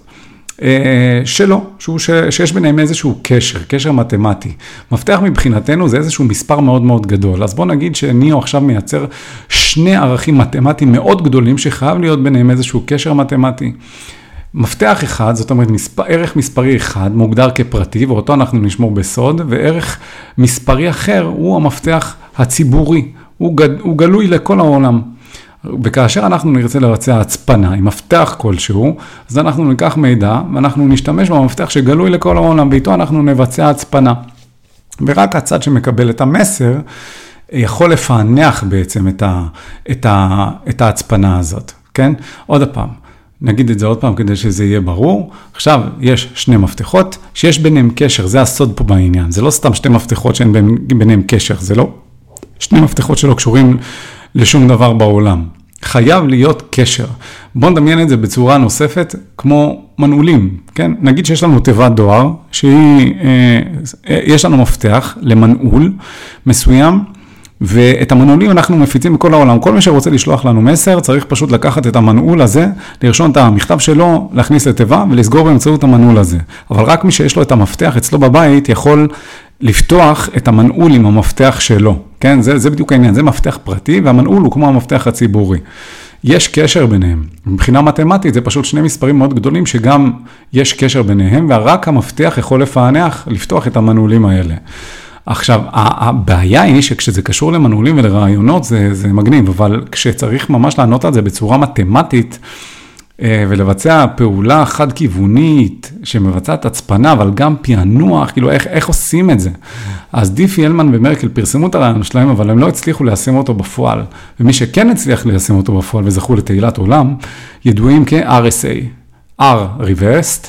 שלו, שהוא, ש, שיש ביניהם איזשהו קשר, קשר מתמטי. מפתח מבחינתנו זה איזשהו מספר מאוד מאוד גדול. אז בוא נגיד שניאו עכשיו מייצר שני ערכים מתמטיים מאוד גדולים, שחייב להיות ביניהם איזשהו קשר מתמטי. מפתח אחד, זאת אומרת מספר, ערך מספרי אחד מוגדר כפרטי, ואותו אנחנו נשמור בסוד, וערך מספרי אחר הוא המפתח הציבורי, הוא, גד, הוא גלוי לכל העולם. וכאשר אנחנו נרצה לבצע הצפנה עם מפתח כלשהו, אז אנחנו ניקח מידע ואנחנו נשתמש במפתח שגלוי לכל העולם, ואיתו אנחנו נבצע הצפנה. ורק הצד שמקבל את המסר, יכול לפענח בעצם את, ה, את, ה, את ההצפנה הזאת, כן? עוד פעם, נגיד את זה עוד פעם כדי שזה יהיה ברור. עכשיו, יש שני מפתחות שיש ביניהם קשר, זה הסוד פה בעניין. זה לא סתם שתי מפתחות שאין ביניהם קשר, זה לא שני מפתחות שלא קשורים לשום דבר בעולם. חייב להיות קשר. בואו נדמיין את זה בצורה נוספת, כמו מנעולים, כן? נגיד שיש לנו תיבת דואר, שהיא, אה, יש לנו מפתח למנעול מסוים, ואת המנעולים אנחנו מפיצים בכל העולם. כל מי שרוצה לשלוח לנו מסר, צריך פשוט לקחת את המנעול הזה, לרשום את המכתב שלו, להכניס לתיבה ולסגור באמצעות המנעול הזה. אבל רק מי שיש לו את המפתח אצלו בבית, יכול לפתוח את המנעול עם המפתח שלו. כן? זה, זה בדיוק העניין. זה מפתח פרטי, והמנעול הוא כמו המפתח הציבורי. יש קשר ביניהם. מבחינה מתמטית, זה פשוט שני מספרים מאוד גדולים, שגם יש קשר ביניהם, ורק המפתח יכול לפענח, לפתוח את המנעולים האלה. עכשיו, הבעיה היא שכשזה קשור למנעולים ולרעיונות, זה, זה מגניב, אבל כשצריך ממש לענות על זה בצורה מתמטית, ולבצע פעולה חד-כיוונית, שמבצעת הצפנה, אבל גם פענוח, כאילו איך, איך עושים את זה? אז דיפי, אלמן ומרקל פרסמו את הרעיון שלהם, אבל הם לא הצליחו ליישם אותו בפועל, ומי שכן הצליח ליישם אותו בפועל, וזכו לתהילת עולם, ידועים כ-אר אס איי. R, reversed,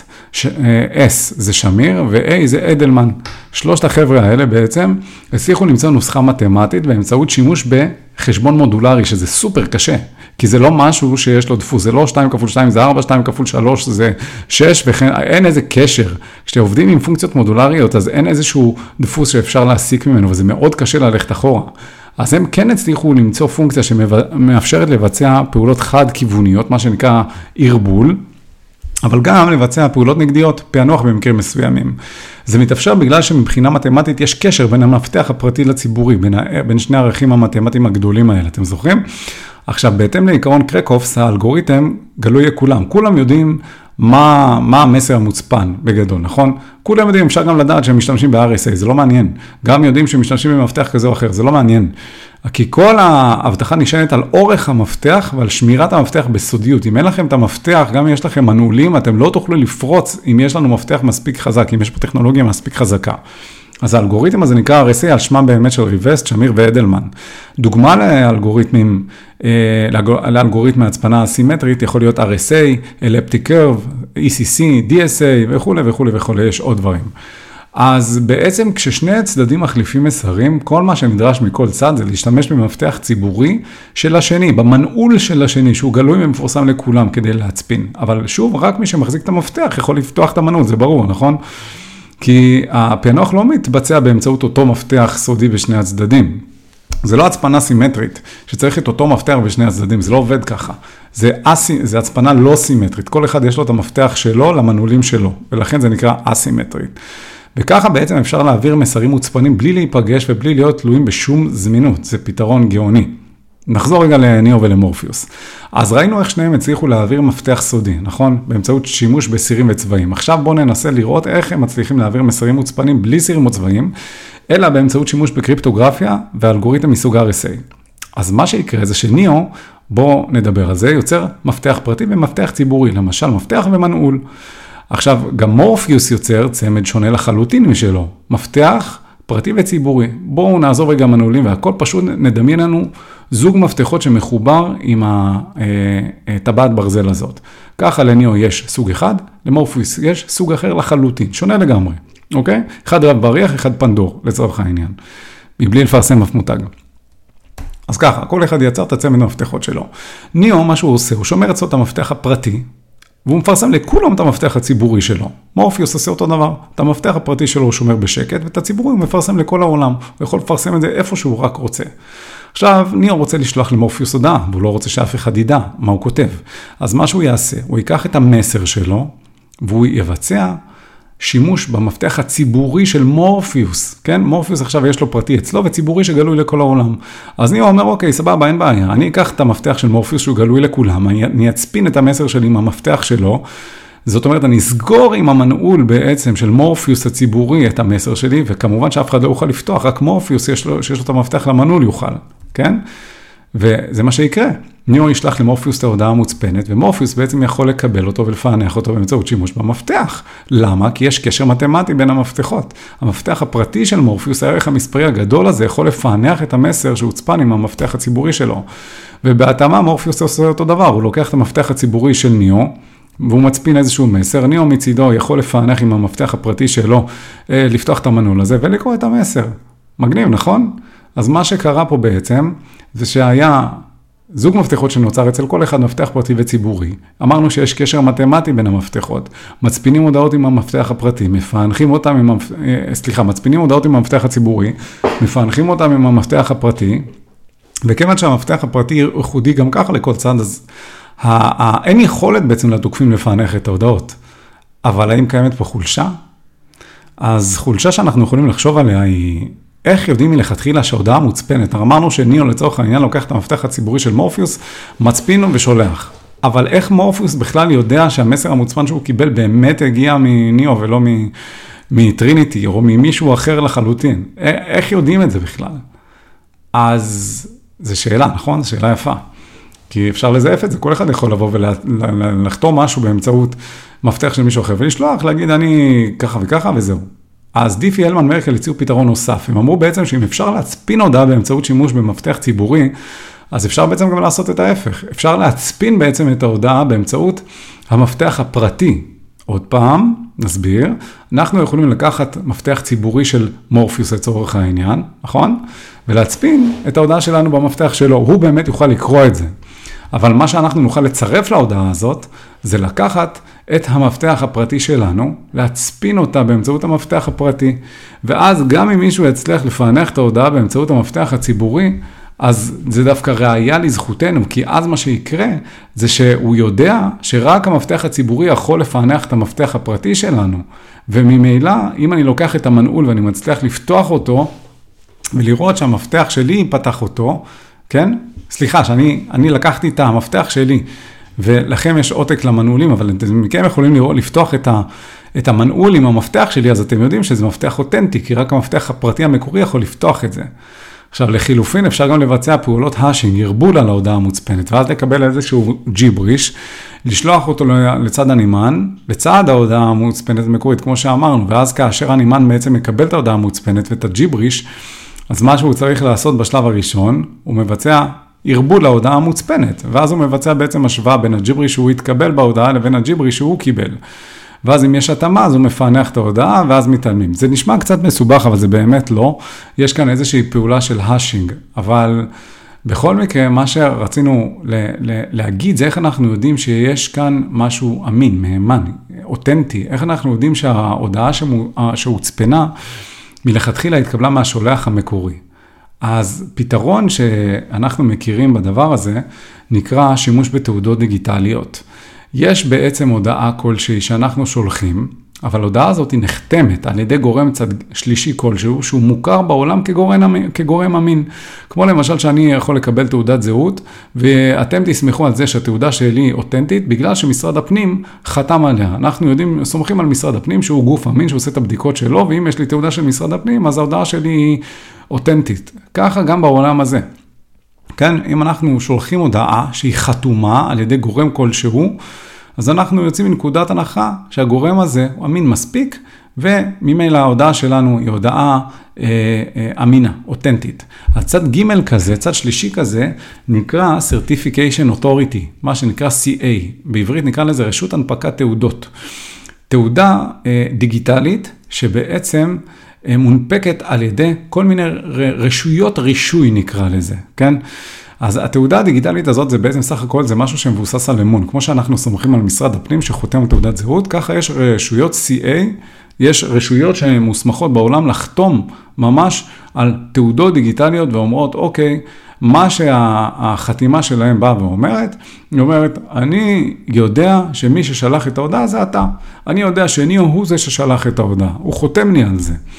S זה שמיר, ו-A זה אדלמן. שלושת החבר'ה האלה בעצם הצליחו למצוא נוסחה מתמטית באמצעות שימוש בחשבון מודולרי, שזה סופר קשה, כי זה לא משהו שיש לו דפוס, זה לא שתיים כפול שתיים, זה ארבע, שתיים כפול שלוש, זה שש, וכן, אין איזה קשר. כשעובדים עם פונקציות מודולריות, אז אין איזשהו דפוס שאפשר להסיק ממנו, וזה מאוד קשה ללכת אחורה. אז הם כן הצליחו למצוא פונקציה שמאפשרת לבצע פעולות חד-כיווניות, מה שנקרא ערבול, אבל גם לבצע פעולות נגדיות, פענוח במקרים מסוימים. זה מתאפשר בגלל שמבחינה מתמטית יש קשר בין המפתח הפרטי לציבורי, בין, בין שני הערכים המתמטיים הגדולים האלה, אתם זוכרים? עכשיו, בהתאם לעיקרון קרקהופס, האלגוריתם גלוי לכולם. כולם יודעים מה, מה המסר המוצפן בגדול, נכון? כולם יודעים, אפשר גם לדעת שהם משתמשים ב-אר אס איי, זה לא מעניין. גם יודעים שהם משתמשים במפתח כזה או אחר, זה לא מעניין. כי כל ההבטחה נשענת על אורך המפתח ועל שמירת המפתח בסודיות. אם אין לכם את המפתח, גם אם יש לכם מנעולים, אתם לא תוכלו לפרוץ אם יש לנו מפתח מספיק חזק, אם יש פה טכנולוגיה מספיק חזקה. אז האלגוריתם הזה נקרא אר אס איי על שמם באמת של ריבסט, שמיר ואדלמן. דוגמה לאלגוריתמים, לאלגוריתמי הצפנה אסימטרית יכול להיות אר אס איי, Elliptic Curve, אי סי סי, די אס איי וכו' וכו' וכו', יש עוד דברים. אז בעצם כששני הצדדים מחליפים מסרים, כל מה שנדרש מכל צד זה להשתמש במפתח ציבורי של השני, במנעול של השני, שהוא גלוי ומפורסם לכולם כדי להצפין. אבל שוב, רק מי שמחזיק את המפתח יכול לפתוח את המנעול, זה ברור, נכון? כי הפענוח לא מתבצע באמצעות אותו מפתח סודי בשני הצדדים. זה לא הצפנה סימטרית, שצריך את אותו מפתח בשני הצדדים, זה לא עובד ככה. זה, אסי, זה הצפנה לא סימטרית, כל אחד יש לו את המפתח שלו למנעולים שלו, ולכן זה נקרא אסימטרית. וככה בעצם אפשר להעביר מסרים מוצפנים בלי להיפגש ובלי להיות תלויים בשום זמינות, זה פתרון גאוני. נחזור רגע לניאו ולמורפיוס. אז ראינו איך שניהם הצליחו להעביר מפתח סודי, נכון? באמצעות שימוש בסירים וצבעים. עכשיו בואו ננסה לראות איך הם מצליחים להעביר מסרים מוצפנים בלי סירים וצבעים, אלא באמצעות שימוש בקריפטוגרפיה ואלגוריתם מסוג אר אס איי. אז מה שיקרה זה שניאו, בואו נדבר על זה, יוצר מפתח פרטי ומפתח ציבורי, למשל מפתח ומנעול. עכשיו, גם מורפיוס יוצר צמד שונה לחלוטין משלו, מפתח פרטי וציבורי. בואו נעזוב רגע מנעולים והכל, פשוט נדמיין לנו זוג מפתחות שמחובר עם הטבעת ברזל הזאת. ככה לניאו יש סוג אחד, למורפיוס יש סוג אחר לחלוטין, שונה לגמרי, אוקיי? אחד רב בריח, אחד פנדור, לצורך העניין, מבלי לפרסם אף מותג. אז ככה, כל אחד יצר את הצמד המפתחות שלו. ניאו, מה שהוא עושה, הוא שומר אצלו את המפתח הפרטי, והוא מפרסם לכולם את המפתח הציבורי שלו. מורפיוס עושה אותו דבר. את המפתח הפרטי שלו הוא שומר בשקט, ואת הציבורי הוא מפרסם לכל העולם. הוא יכול לפרסם את זה איפה שהוא רק רוצה. עכשיו, ניאו רוצה לשלוח למורפיוס הודעה, והוא לא רוצה שאף אחד ידע מה הוא כותב. אז מה שהוא יעשה, הוא ייקח את המסר שלו, והוא יבצע שימוש במפתח הציבורי של מורפיוס, כן? מורפיוס עכשיו יש לו פרטי אצלו וציבורי שגלוי לכל העולם. אז ניאו אומר, אוקיי, סבבה, אין בעיה. אני אקח את המפתח של מורפיוס שהוא גלוי לכולם, אני אצפין את המסר שלי עם המפתח שלו, זאת אומרת, אני אסגור עם המנעול בעצם של מורפיוס הציבורי את המסר שלי, וכמובן שאף אחד לא יוכל לפתוח, רק מורפיוס יש לו, שיש לו את המפתח למנעול יוכל, כן? וזה מה שיקרה. ניאו ישלח למורפיוס את ההודעה המוצפנת, ומורפיוס בעצם יכול לקבל אותו ולפענח אותו באמצעות שימוש במפתח. למה? כי יש קשר מתמטי בין המפתחות. המפתח הפרטי של מורפיוס, הערך המספרי הגדול הזה, יכול לפענח את המסר שהוצפן עם המפתח הציבורי שלו. ובהתאמה מורפיוס עושה אותו דבר, הוא לוקח את המפתח הציבורי של ניאו, והוא מצפין איזשהו מסר, ניאו מצידו יכול לפענח עם המפתח הפרטי שלו, לפתוח את המנעול הזה ולקרוא את המסר. מגניב, נכון? אז מה שקרה פה בעצם, זה שהיה זוג מפתחות שנוצר אצל כל אחד מפתח פרטי וציבורי. אמרנו שיש קשר מתמטי בין המפתחות. מצפינים הודעות עם המפתח הפרטי, מפענחים אותם עם, סליחה, מצפינים הודעות עם המפתח הציבורי, מפענחים אותם עם המפתח הפרטי, וכיוון שהמפתח הפרטי ייחודי גם ככה לכל צד, אז אין יכולת בעצם לתוקפים לפענח את ההודעות. אבל האם קיימת פה חולשה? אז חולשה שאנחנו יכולים לחשוב עליה היא, איך יודעים מלכתחילה שההודעה מוצפנת? אמרנו שניאו לצורך העניין לוקח את המפתח הציבורי של מורפיוס, מצפין ושולח. אבל איך מורפיוס בכלל יודע שהמסר המוצפן שהוא קיבל באמת הגיע מניאו ולא מטריניטי או ממישהו אחר לחלוטין? איך יודעים את זה בכלל? אז זו שאלה, נכון? זו שאלה יפה. כי אפשר לזייף את זה, כל אחד יכול לבוא ולחתום משהו באמצעות מפתח של מישהו אחר, ולשלוח, להגיד אני ככה וככה וזהו. אז דיפי, אלמן, מרקל הציעו פתרון נוסף. הם אמרו בעצם שאם אפשר להצפין הודעה באמצעות שימוש במפתח ציבורי, אז אפשר בעצם גם לעשות את ההפך. אפשר להצפין בעצם את ההודעה באמצעות המפתח הפרטי. עוד פעם, נסביר, אנחנו יכולים לקחת מפתח ציבורי של מורפיוס לצורך העניין, נכון? ולהצפין את ההודעה שלנו במפתח שלו. הוא באמת יוכל לקרוא את זה. אבל מה שאנחנו נוכל לצרף להודעה הזאת, זה לקחת את המפתח הפרטי שלנו, להצפין אותה באמצעות המפתח הפרטי, ואז גם אם מישהו יצליח לפענח את ההודעה באמצעות המפתח הציבורי, אז זה דווקא ראייה לזכותנו, כי אז מה שיקרה, זה שהוא יודע שרק המפתח הציבורי יכול לפענח את המפתח הפרטי שלנו, וממילא, אם אני לוקח את המנעול ואני מצליח לפתוח אותו, ולראות שהמפתח שלי פתח אותו, כן? סליחה, שאני אני לקחתי את המפתח שלי, ולכם יש עותק למנעולים, אבל אתם מכם יכולים לראות, לפתוח את, ה, את המנעול עם המפתח שלי, אז אתם יודעים שזה מפתח אותנטי, כי רק המפתח הפרטי המקורי יכול לפתוח את זה. עכשיו, לחילופין אפשר גם לבצע פעולות השינג, ירבול על ההודעה המוצפנת, ואז לקבל איזשהו ג'יבריש, לשלוח אותו לצד הנימן, לצד ההודעה המוצפנת המקורית, כמו שאמרנו, ואז כאשר הנימן בעצם מקבל את ההודעה המוצפנת ואת הג'יבריש, אז מה שהוא צריך לעשות בשלב הראשון, הוא מבצע ירבול להודעה המוצפנת, ואז הוא מבצע בעצם השוואה בין הג'יבריש שהוא התקבל בהודעה לבין הג'יבריש שהוא קיבל. ואז אם יש התאמה, אז הוא מפענח את ההודעה, ואז מתעלמים. זה נשמע קצת מסובך, אבל זה באמת לא. יש כאן איזושהי פעולה של השינג, אבל בכל מקרה, מה שרצינו להגיד, זה איך אנחנו יודעים שיש כאן משהו אמין, מהימן, אותנטי. איך אנחנו יודעים שההודעה שהוצפנה, מלכתחילה התקבלה מהשולח המקורי. אז פתרון שאנחנו מכירים בדבר הזה, נקרא שימוש בתעודות דיגיטליות. יש בעצם הודעה כלשהי שאנחנו שולחים, אבל הודעה הזאת היא נחתמת על ידי גורם צד שלישי כלשהו, שהוא מוכר בעולם כגורם, כגורם אמין. כמו למשל שאני יכול לקבל תעודת זהות, ואתם תסמכו על זה שהתעודה שלי אותנטית, בגלל שמשרד הפנים חתם עליה. אנחנו יודעים, סומכים על משרד הפנים שהוא גוף אמין, שעושה את הבדיקות שלו, ואם יש לי תעודה של משרד הפנים, אז ההודעה שלי היא אותנטית. ככה גם בעולם הזה. כן, אם אנחנו שולחים הודעה שהיא חתומה על ידי גורם כלשהו, אז אנחנו יוצאים מנקודת הנחה שהגורם הזה הוא אמין מספיק, וממילא ההודעה שלנו היא הודעה אה, אה, אמינה, אותנטית. הצד ג' כזה, צד שלישי כזה, נקרא Certification Authority, מה שנקרא סי איי. בעברית נקרא לזה רשות הנפקת תעודות. תעודה אה, דיגיטלית שבעצם אה, מונפקת על ידי כל מיני רשויות רישוי נקרא לזה, כן? אז התעודה הדיגיטלית הזאת זה בעצם סך הכל זה משהו שמבוסס על אמון. כמו שאנחנו סומכים על משרד הפנים שחותם על תעודת זהות, ככה יש רשויות סי איי, יש רשויות שהן מוסמכות בעולם לחתום ממש על תעודות דיגיטליות ואומרות, אוקיי, מה שהחתימה שלהם באה ואומרת, היא אומרת, אני יודע שמי ששלח את ההודעה זה אתה. אני יודע שניאו הוא זה ששלח את ההודעה. הוא חותם לי על זה.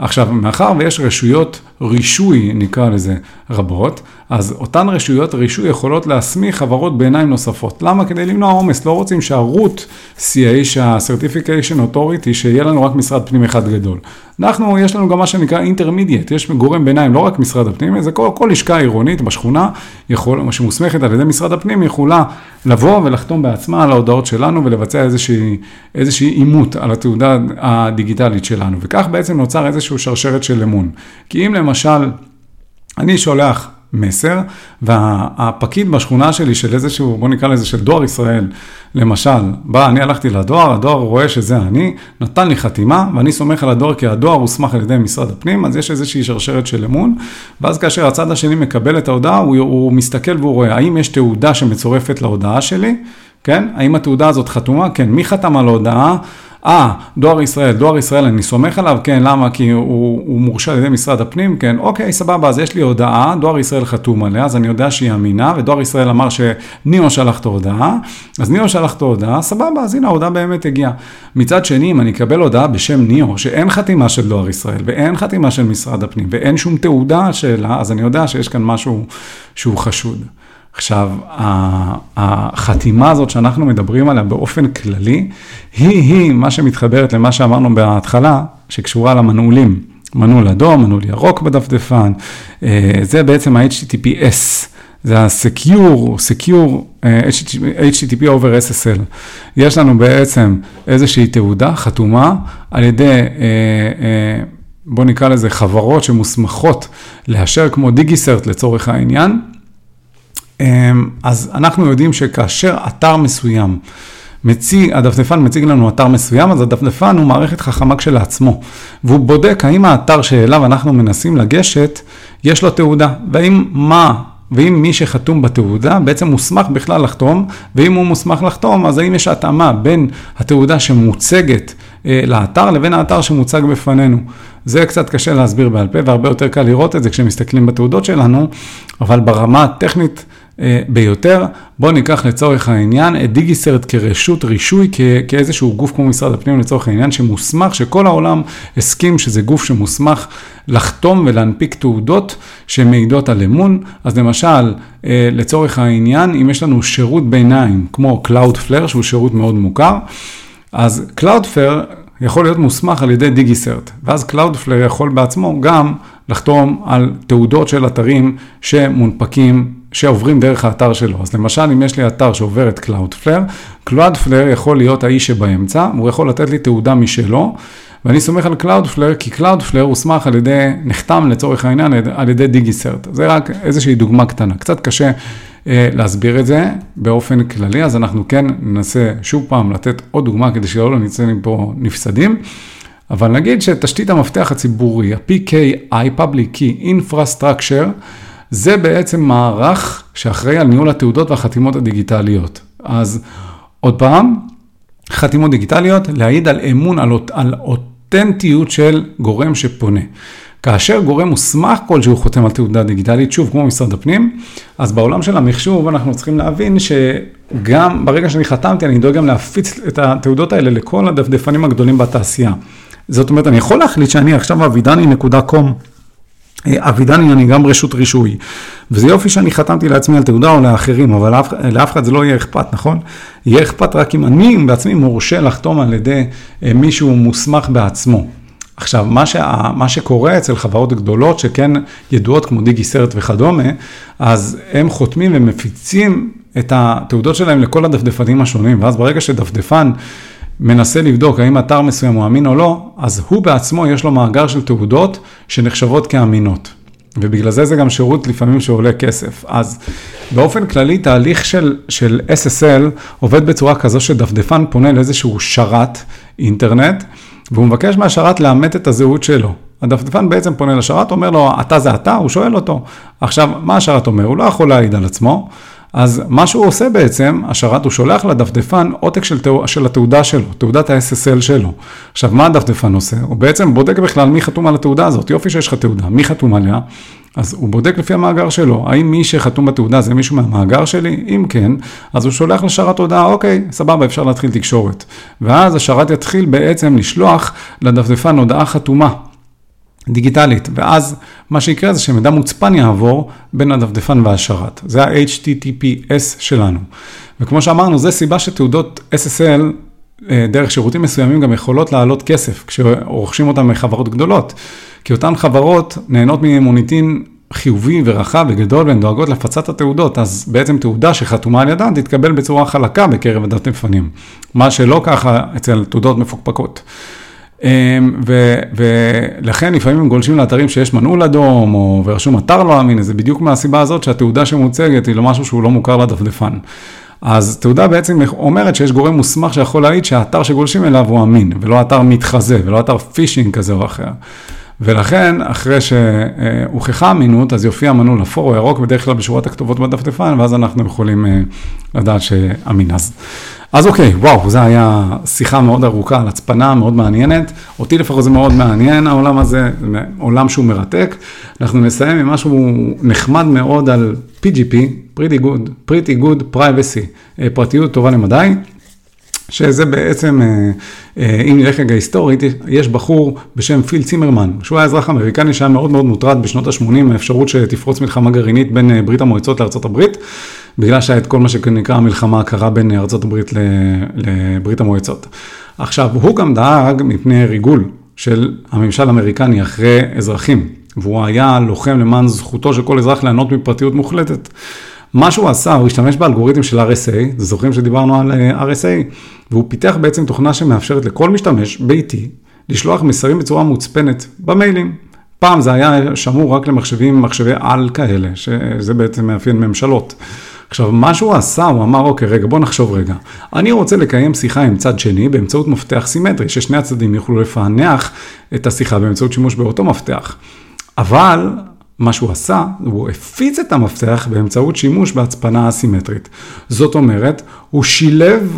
עכשיו, מאחר ויש רשויות רישוי, נקרא לזה, רבות, אז אותן רשויות רישוי יכולות להסמיך חברות בעיניים נוספות. למה? כדי למנוע עומס. לא רוצים שהרוט סי איי, שה-Certification Authority, שיהיה לנו רק משרד פנים אחד גדול. אנחנו, יש לנו גם מה שנקרא Intermediate, יש גורם ביניים, לא רק משרד הפנים, זה כל, כל לשכה עירונית בשכונה, יכול, שמוסמכת על ידי משרד הפנים, יכולה לבוא ולחתום בעצמה על ההודעות שלנו, ולבצע איזושהי, איזושהי אימות על התעודה הדיגיטלית שלנו. וכך בעצם נוצר איזשהו שרשרת של אמון. כי אם למשל, אני שולח מסר, והפקיד בשכונה שלי של איזשהו, בוא נקרא לזה, של דואר ישראל, למשל, בא, אני הלכתי לדואר, הדואר רואה שזה אני, נתן לי חתימה, ואני סומך על הדואר, כי הדואר הוסמך על ידי משרד הפנים, אז יש איזושהי שרשרת של אמון, ואז כאשר הצד השני מקבל את ההודעה, הוא, הוא מסתכל והוא רואה, האם יש תעודה שמצורפת להודעה שלי, כן? האם התעודה הזאת חתומה? כן. מי חתם על ההודעה? אה, דואר ישראל, דואר ישראל, אני סומך עליו, כן, למה? כי הוא, הוא מורשה על ידי משרד הפנים, כן, אוקיי, סבבה, אז יש לי הודעה, דואר ישראל חתום עליה, אז אני יודע שהיא אמינה, ודואר ישראל אמר שניאו שלח את ההודעה, אז ניאו שלח את ההודעה, סבבה, אז הנה, ההודעה באמת הגיעה. מצד שני, אם אני אקבל הודעה בשם ניאו, שאין חתימה של דואר ישראל, ואין חתימה של משרד הפנים, ואין שום תעודה שלה, אז אני יודע שיש כאן משהו שהוא חשוד. עכשיו, החתימה הזאת שאנחנו מדברים עליה באופן כללי, היא-היא מה שמתחברת למה שאמרנו בהתחלה, שקשורה למנעולים. מנעול אדום, מנעול ירוק בדפדפן, זה בעצם ה-אייץ' טי טי פי אס, זה ה-Secure, Secure, אייץ' טי טי פי over אס אס אל. יש לנו בעצם איזושהי תעודה חתומה על ידי, בוא נקרא לזה חברות שמוסמכות לאשר כמו דיגיסרט לצורך העניין, אז אנחנו יודעים שכאשר אתר מסוים מציג, הדפדפן מציג לנו אתר מסוים, אז הדפדפן הוא מערכת חכמה כשלעצמו, והוא בודק האם האתר שאליו אנחנו מנסים לגשת, יש לו תעודה, והאם מה, ואם מי שחתום בתעודה בעצם מוסמך בכלל לחתום, ואם הוא מוסמך לחתום, אז האם יש התאמה בין התעודה שמוצגת לאתר לבין האתר שמוצג בפנינו. זה קצת קשה להסביר בעל פה, והרבה יותר קל לראות את זה כשמסתכלים בתעודות שלנו, אבל ברמה הטכנית ביותר, בואו ניקח לצורך העניין את דיגיסרט כרשות רישוי, כאיזשהו גוף כמו משרד הפנים לצורך העניין, שמוסמך, שכל העולם הסכים שזה גוף שמוסמך לחתום ולהנפיק תעודות שמעידות על אמון. אז למשל, לצורך העניין, אם יש לנו שירות ביניים, כמו Cloudflare, שהוא שירות מאוד מוכר, אז Cloudflare יכול להיות מוסמך על ידי דיגיסרט, ואז Cloudflare יכול בעצמו גם לחתום על תעודות של אתרים שמונפקים, שעוברים דרך האתר שלו. אז למשל, אם יש לי אתר שעובר את Cloudflare, Cloudflare יכול להיות האיש שבאמצע, הוא יכול לתת לי תעודה משלו, ואני סומך על Cloudflare, כי Cloudflare הוסמך על ידי, נחתם לצורך העניין על ידי דיגיסרט. זה רק איזושהי דוגמה קטנה. קצת קשה אה, להסביר את זה באופן כללי, אז אנחנו כן ננסה שוב פעם לתת עוד דוגמה, כדי שלא נצא פה נפסדים. אבל נגיד שתשתית המפתח הציבורי, ה-פי קיי איי, Public Key Infrastructure, זה בעצם מערך שאחראי על ניהול התעודות והחתימות הדיגיטליות. אז עוד פעם, חתימות דיגיטליות, להעיד על אמון, על, על אותנטיות של גורם שפונה. כאשר גורם מוסמך כלשהו חותם על תעודה דיגיטלית, שוב, כמו משרד הפנים, אז בעולם של המחשוב אנחנו צריכים להבין שגם ברגע שאני חתמתי, אני דואג גם להפיץ את התעודות האלה לכל הדפדפנים הגדולים בתעשייה. זאת אומרת, אני יכול להחליט שאני עכשיו אבידני נקודה קום, אבידני אני גם רשות רישוי, וזה יופי שאני חתמתי לעצמי על תעודה או לאחרים, אבל לאף, לאף אחד זה לא יהיה אכפת, נכון? יהיה אכפת רק אם אני בעצמי מורשה לחתום על ידי מישהו מוסמך בעצמו. עכשיו, מה, שה, מה שקורה אצל חברות גדולות שכן ידועות כמו דיגיסרט וכדומה, אז הם חותמים ומפיצים את התעודות שלהם לכל הדפדפנים השונים, ואז ברגע שדפדפן מנסה לבדוק האם אתר מסוים הוא אמין או לא, אז הוא בעצמו יש לו מאגר של תעודות שנחשבות כאמינות. ובגלל זה זה גם שירות לפעמים שעולה כסף. אז באופן כללי תהליך של, של אס אס אל עובד בצורה כזו שדפדפן פונה לאיזשהו שרת אינטרנט, והוא מבקש מהשרת לאמת את הזהות שלו. הדפדפן בעצם פונה לשרת, אומר לו, אתה זה אתה? הוא שואל אותו. עכשיו, מה השרת אומר? הוא לא יכול להעיד על עצמו. אז מה שהוא עושה בעצם, השרת הוא שולח לדפדפן עותק של, תא... של התעודה שלו, תעודת ה-אס אס אל שלו. עכשיו, מה הדפדפן עושה? הוא בעצם בודק בכלל מי חתום על התעודה הזאת. יופי שיש לך תעודה, מי חתום עליה? אז הוא בודק לפי המאגר שלו. האם מי שחתום בתעודה זה מישהו מהמאגר שלי? אם כן, אז הוא שולח לשרת הודעה, אוקיי, סבבה, אפשר להתחיל תקשורת. ואז השרת יתחיל בעצם לשלוח לדפדפן הודעה חתומה. דיגיטלית, ואז מה שיקרה זה שמידע מוצפן יעבור בין הדפדפן והשרת. זה ה-אייץ' טי טי פי אס שלנו. וכמו שאמרנו, זה סיבה שתעודות אס אס אל דרך שירותים מסוימים גם יכולות לעלות כסף, כשרוכשים אותם מחברות גדולות. כי אותן חברות נהנות ממוניטין חיובי ורחב וגדול, והן דואגות לפצת התעודות, אז בעצם תעודה שחתומה על ידן תתקבל בצורה חלקה בקרב הדפדפנים. מה שלא ככה אצל תעודות מפוקפקות. ולכן לפעמים הם גולשים לאתרים שיש מנעול אדום, או ורשום אתר לא אמין, זה בדיוק מהסיבה הזאת שהתעודה שמוצגת היא לא משהו שהוא לא מוכר לדפדפן. אז תעודה בעצם אומרת שיש גורם מוסמך שיכול להעיד שהאתר שגולשים אליו הוא אמין, ולא אתר מתחזה, ולא אתר פישינג כזה או אחר. ולכן, אחרי שהוכחה אמינות, אז יופיע מנעול אפור או ירוק, בדרך כלל בשורת הכתובות בדפדפן, ואז אנחנו יכולים לדעת שאמין. אז, אז אוקיי, וואו, זה היה שיחה מאוד ארוכה על הצפנה, מאוד מעניינת. אותי לפחות זה מאוד מעניין, העולם הזה, עולם שהוא מרתק. אנחנו נסיים עם משהו נחמד מאוד על פי ג'י פי, Pretty Good, Pretty Good Privacy, פרטיות טובה למדי. שזה בעצם, אם נלך רגע היסטורית, יש בחור בשם פיל צימרמן, שהוא היה אזרח אמריקני שהיה מאוד מאוד מוטרד בשנות ה-שמונים, האפשרות שתפרוץ מלחמה גרעינית בין ברית המועצות לארצות הברית, בגלל שהיה את כל מה שנקרא המלחמה הקרה בין ארצות הברית לברית המועצות. עכשיו, הוא גם דאג מפני ריגול של הממשל האמריקני אחרי אזרחים, והוא היה לוחם למען זכותו של כל אזרח ליהנות מפרטיות מוחלטת. מה שהוא עשה, הוא השתמש באלגוריתם של אר אס איי, זה זוכרים שדיברנו על אר אס איי, והוא פיתח בעצם תוכנה שמאפשרת לכל משתמש ביתי, לשלוח מסרים בצורה מוצפנת במיילים. פעם זה היה שמור רק למחשבים, מחשבי על כאלה, שזה בעצם מאפיין ממשלות. עכשיו, מה שהוא עשה, הוא אמר, אוקיי, רגע, בוא נחשוב רגע. אני רוצה לקיים שיחה עם צד שני באמצעות מפתח סימטרי, ששני הצדדים יוכלו לפענח את השיחה באמצעות שימוש באותו מפתח. אבל מה שהוא עשה, הוא הפיץ את המפתח באמצעות שימוש בהצפנה אסימטרית. זאת אומרת, הוא שילב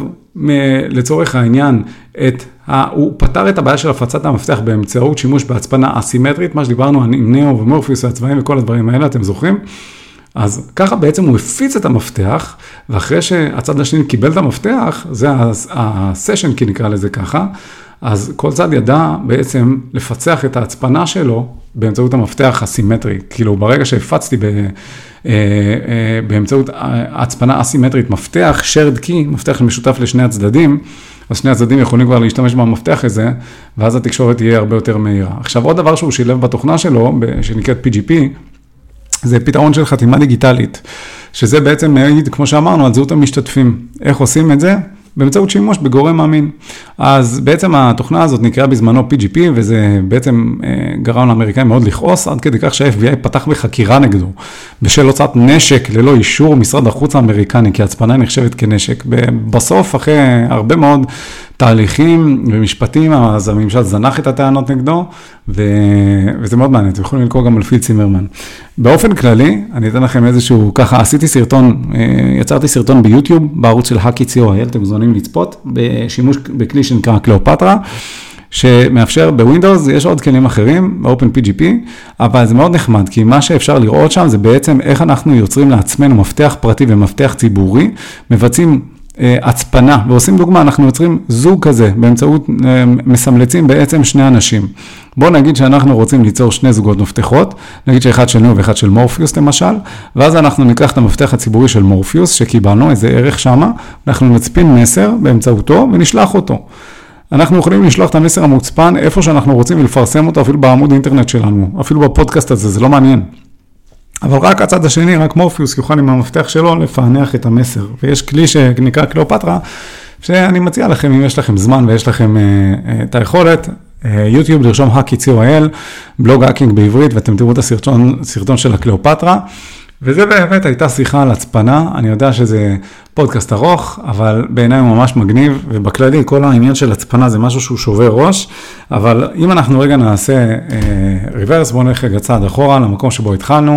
לצורך העניין, את, הוא פתר את הבעיה של הפצת המפתח באמצעות שימוש בהצפנה אסימטרית, מה שדיברנו עם נאו ומורפיוס והצבעים וכל הדברים האלה, אתם זוכרים? אז ככה בעצם הוא הפיץ את המפתח, ואחרי שהצד השני קיבל את המפתח, זה הסשן כי נקרא לזה ככה, אז כל צד ידע בעצם לפצח את ההצפנה שלו באמצעות המפתח הסימטרי. כאילו ברגע שהפצתי באמצעות ההצפנה הסימטרית מפתח, shared key, מפתח משותף לשני הצדדים, אז שני הצדדים יכולים כבר להשתמש במפתח הזה, ואז התקשורת תהיה הרבה יותר מהירה. עכשיו עוד דבר שהוא שילב בתוכנה שלו, שנקראת פי ג'י פי, זה פתרון של חתימה דיגיטלית, שזה בעצם מעיד, כמו שאמרנו, על זהות המשתתפים. איך עושים את זה? באמצעות שימוש בגורם מאמין. אז בעצם התוכנה הזאת נקראה בזמנו פי ג'י פי, וזה בעצם גרם לאמריקאים מאוד לכעוס, עד כדי כך שה-אף בי איי פתח בחקירה נגדו, בשל הוצאת נשק ללא אישור משרד החוץ האמריקני, כי הצפנה נחשבת כנשק. בסוף, אחרי הרבה מאוד תהליכים ומשפטים, אז הממשל זנח את הטענות נגדו, ו... וזה מאוד מעניין, אתם יכולים לקרוא גם על פיל צימרמן. באופן כללי, אני אתן לכם איזשהו, ככה, עשיתי סרטון, יצרתי סרטון ביוטיוב, בערוץ של האקי סי או איי אל, אתם מוזמנים לצפות, בשימוש בכלי שנקרא קליאופטרה, שמאפשר בווינדוס, יש עוד כלים אחרים, ב-Open פי ג'י פי, אבל זה מאוד נחמד, כי מה שאפשר לראות שם, זה בעצם איך אנחנו יוצרים לעצמנו מפתח פרטי ומפתח ציבורי, מבצעים הצפנה, ועושים דוגמה, אנחנו יוצרים זוג כזה, באמצעות, מסמלצים בעצם שני אנשים. בואו נגיד שאנחנו רוצים ליצור שני זוגות מפתחות, נגיד שאחד של נאו ואחד של מורפיוס למשל, ואז אנחנו ניקח את המפתח הציבורי של מורפיוס, שקיבלנו איזה ערך שמה, אנחנו נצפין מסר באמצעותו ונשלח אותו. אנחנו יכולים לשלוח את המסר המוצפן איפה שאנחנו רוצים ולפרסם אותו אפילו בעמוד האינטרנט שלנו, אפילו בפודקאסט הזה, זה לא מעניין. אבל רק הצד השני, רק מורפיוס יוכל עם המפתח שלו לפענח את המסר. ויש כלי שנקרא קליאופטרה, שאני מציע לכם, אם יש לכם זמן ויש לכם uh, את היכולת, uh, יוטיוב, לרשום האקי סי או איי אל, בלוג האקינג בעברית, ואתם תראו את הסרטון, סרטון של הקליאופטרה. וזה באמת הייתה שיחה על הצפנה, אני יודע שזה פודקאסט ארוך, אבל בעיניי הוא ממש מגניב, ובכללי כל העניין של הצפנה זה משהו שהוא שובר ראש, אבל אם אנחנו רגע נעשה ריברס, בואו נלך רגע צעד אחורה למקום שבו התחלנו,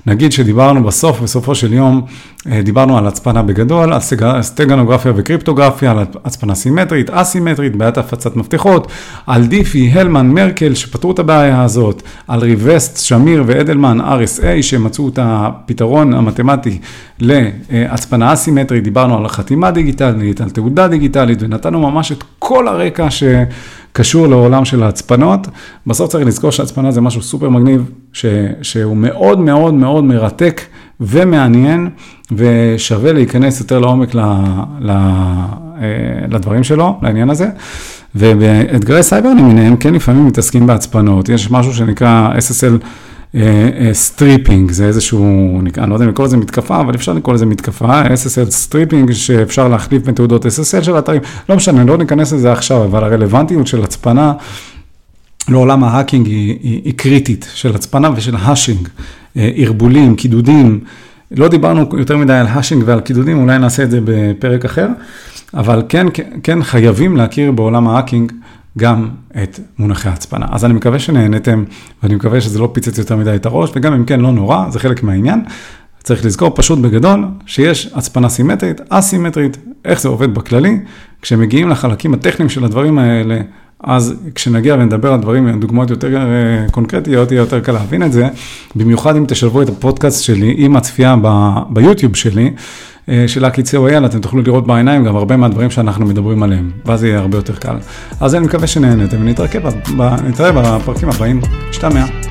נגיד שדיברנו בסוף, בסופו של יום, דיברנו על הצפנה בגדול, על סטגנוגרפיה וקריפטוגרפיה, על הצפנה סימטרית, אסימטרית, בעיית הפצת מפתחות, על דיפי, הלמן, מרקל, שפתרו את הבעיה הזאת, על ריבסט, שמיר ואדלמן, אר אס איי, שמצאו את הפתרון המתמטי להצפנה אסימטרית, דיברנו על חתימה דיגיטלית, על תעודה דיגיטלית, ונתנו ממש את כל הרקע שקשור לעולם של ההצפנות. בסוף צריך לזכור שההצפנה זה משהו סופר מגניב, ש, שהוא מאוד מאוד מאוד מרתק ומעניין, ושווה להיכנס יותר לעומק ל, ל, לדברים שלו, לעניין הזה. ובאתגרי סייבר למיניהם, כן לפעמים מתעסקים בהצפנות. יש משהו שנקרא אס אס אל סטריפינג, זה איזשהו, אני לא יודע אם לקרוא לזה מתקפה, אבל אפשר לקרוא לזה מתקפה, אס אס אל סטריפינג, שאפשר להחליף בתעודות אס אס אל של אתרים, לא משנה, לא ניכנס לזה עכשיו, אבל הרלוונטיות של הצפנה, לעולם ההאקינג היא, היא, היא קריטית, של הצפנה ושל האשינג, ערבולים, קידודים, לא דיברנו יותר מדי על האשינג ועל קידודים, אולי נעשה את זה בפרק אחר, אבל כן, כן חייבים להכיר בעולם ההאקינג, גם את מונחי ההצפנה. אז אני מקווה שנהנתם, ואני מקווה שזה לא פיצץ יותר מדי את הראש, וגם אם כן לא נורא, זה חלק מהעניין. צריך לזכור פשוט בגדול, שיש הצפנה סימטרית, אסימטרית, איך זה עובד בכללי. כשמגיעים לחלקים הטכניים של הדברים האלה, אז כשנגיע ונדבר על דברים, דוגמאות יותר קונקרטיות, יהיה יותר קל להבין את זה, במיוחד אם תשלבו את הפודקאסט שלי עם הצפייה ב- ביוטיוב שלי, של הקי סי או איי, אתם תוכלו לראות בעיניים גם הרבה מהדברים שאנחנו מדברים עליהם, ואז זה יהיה הרבה יותר קל. אז אני מקווה שנהנתם, ונתראה בפרקים הבאים. משתמע.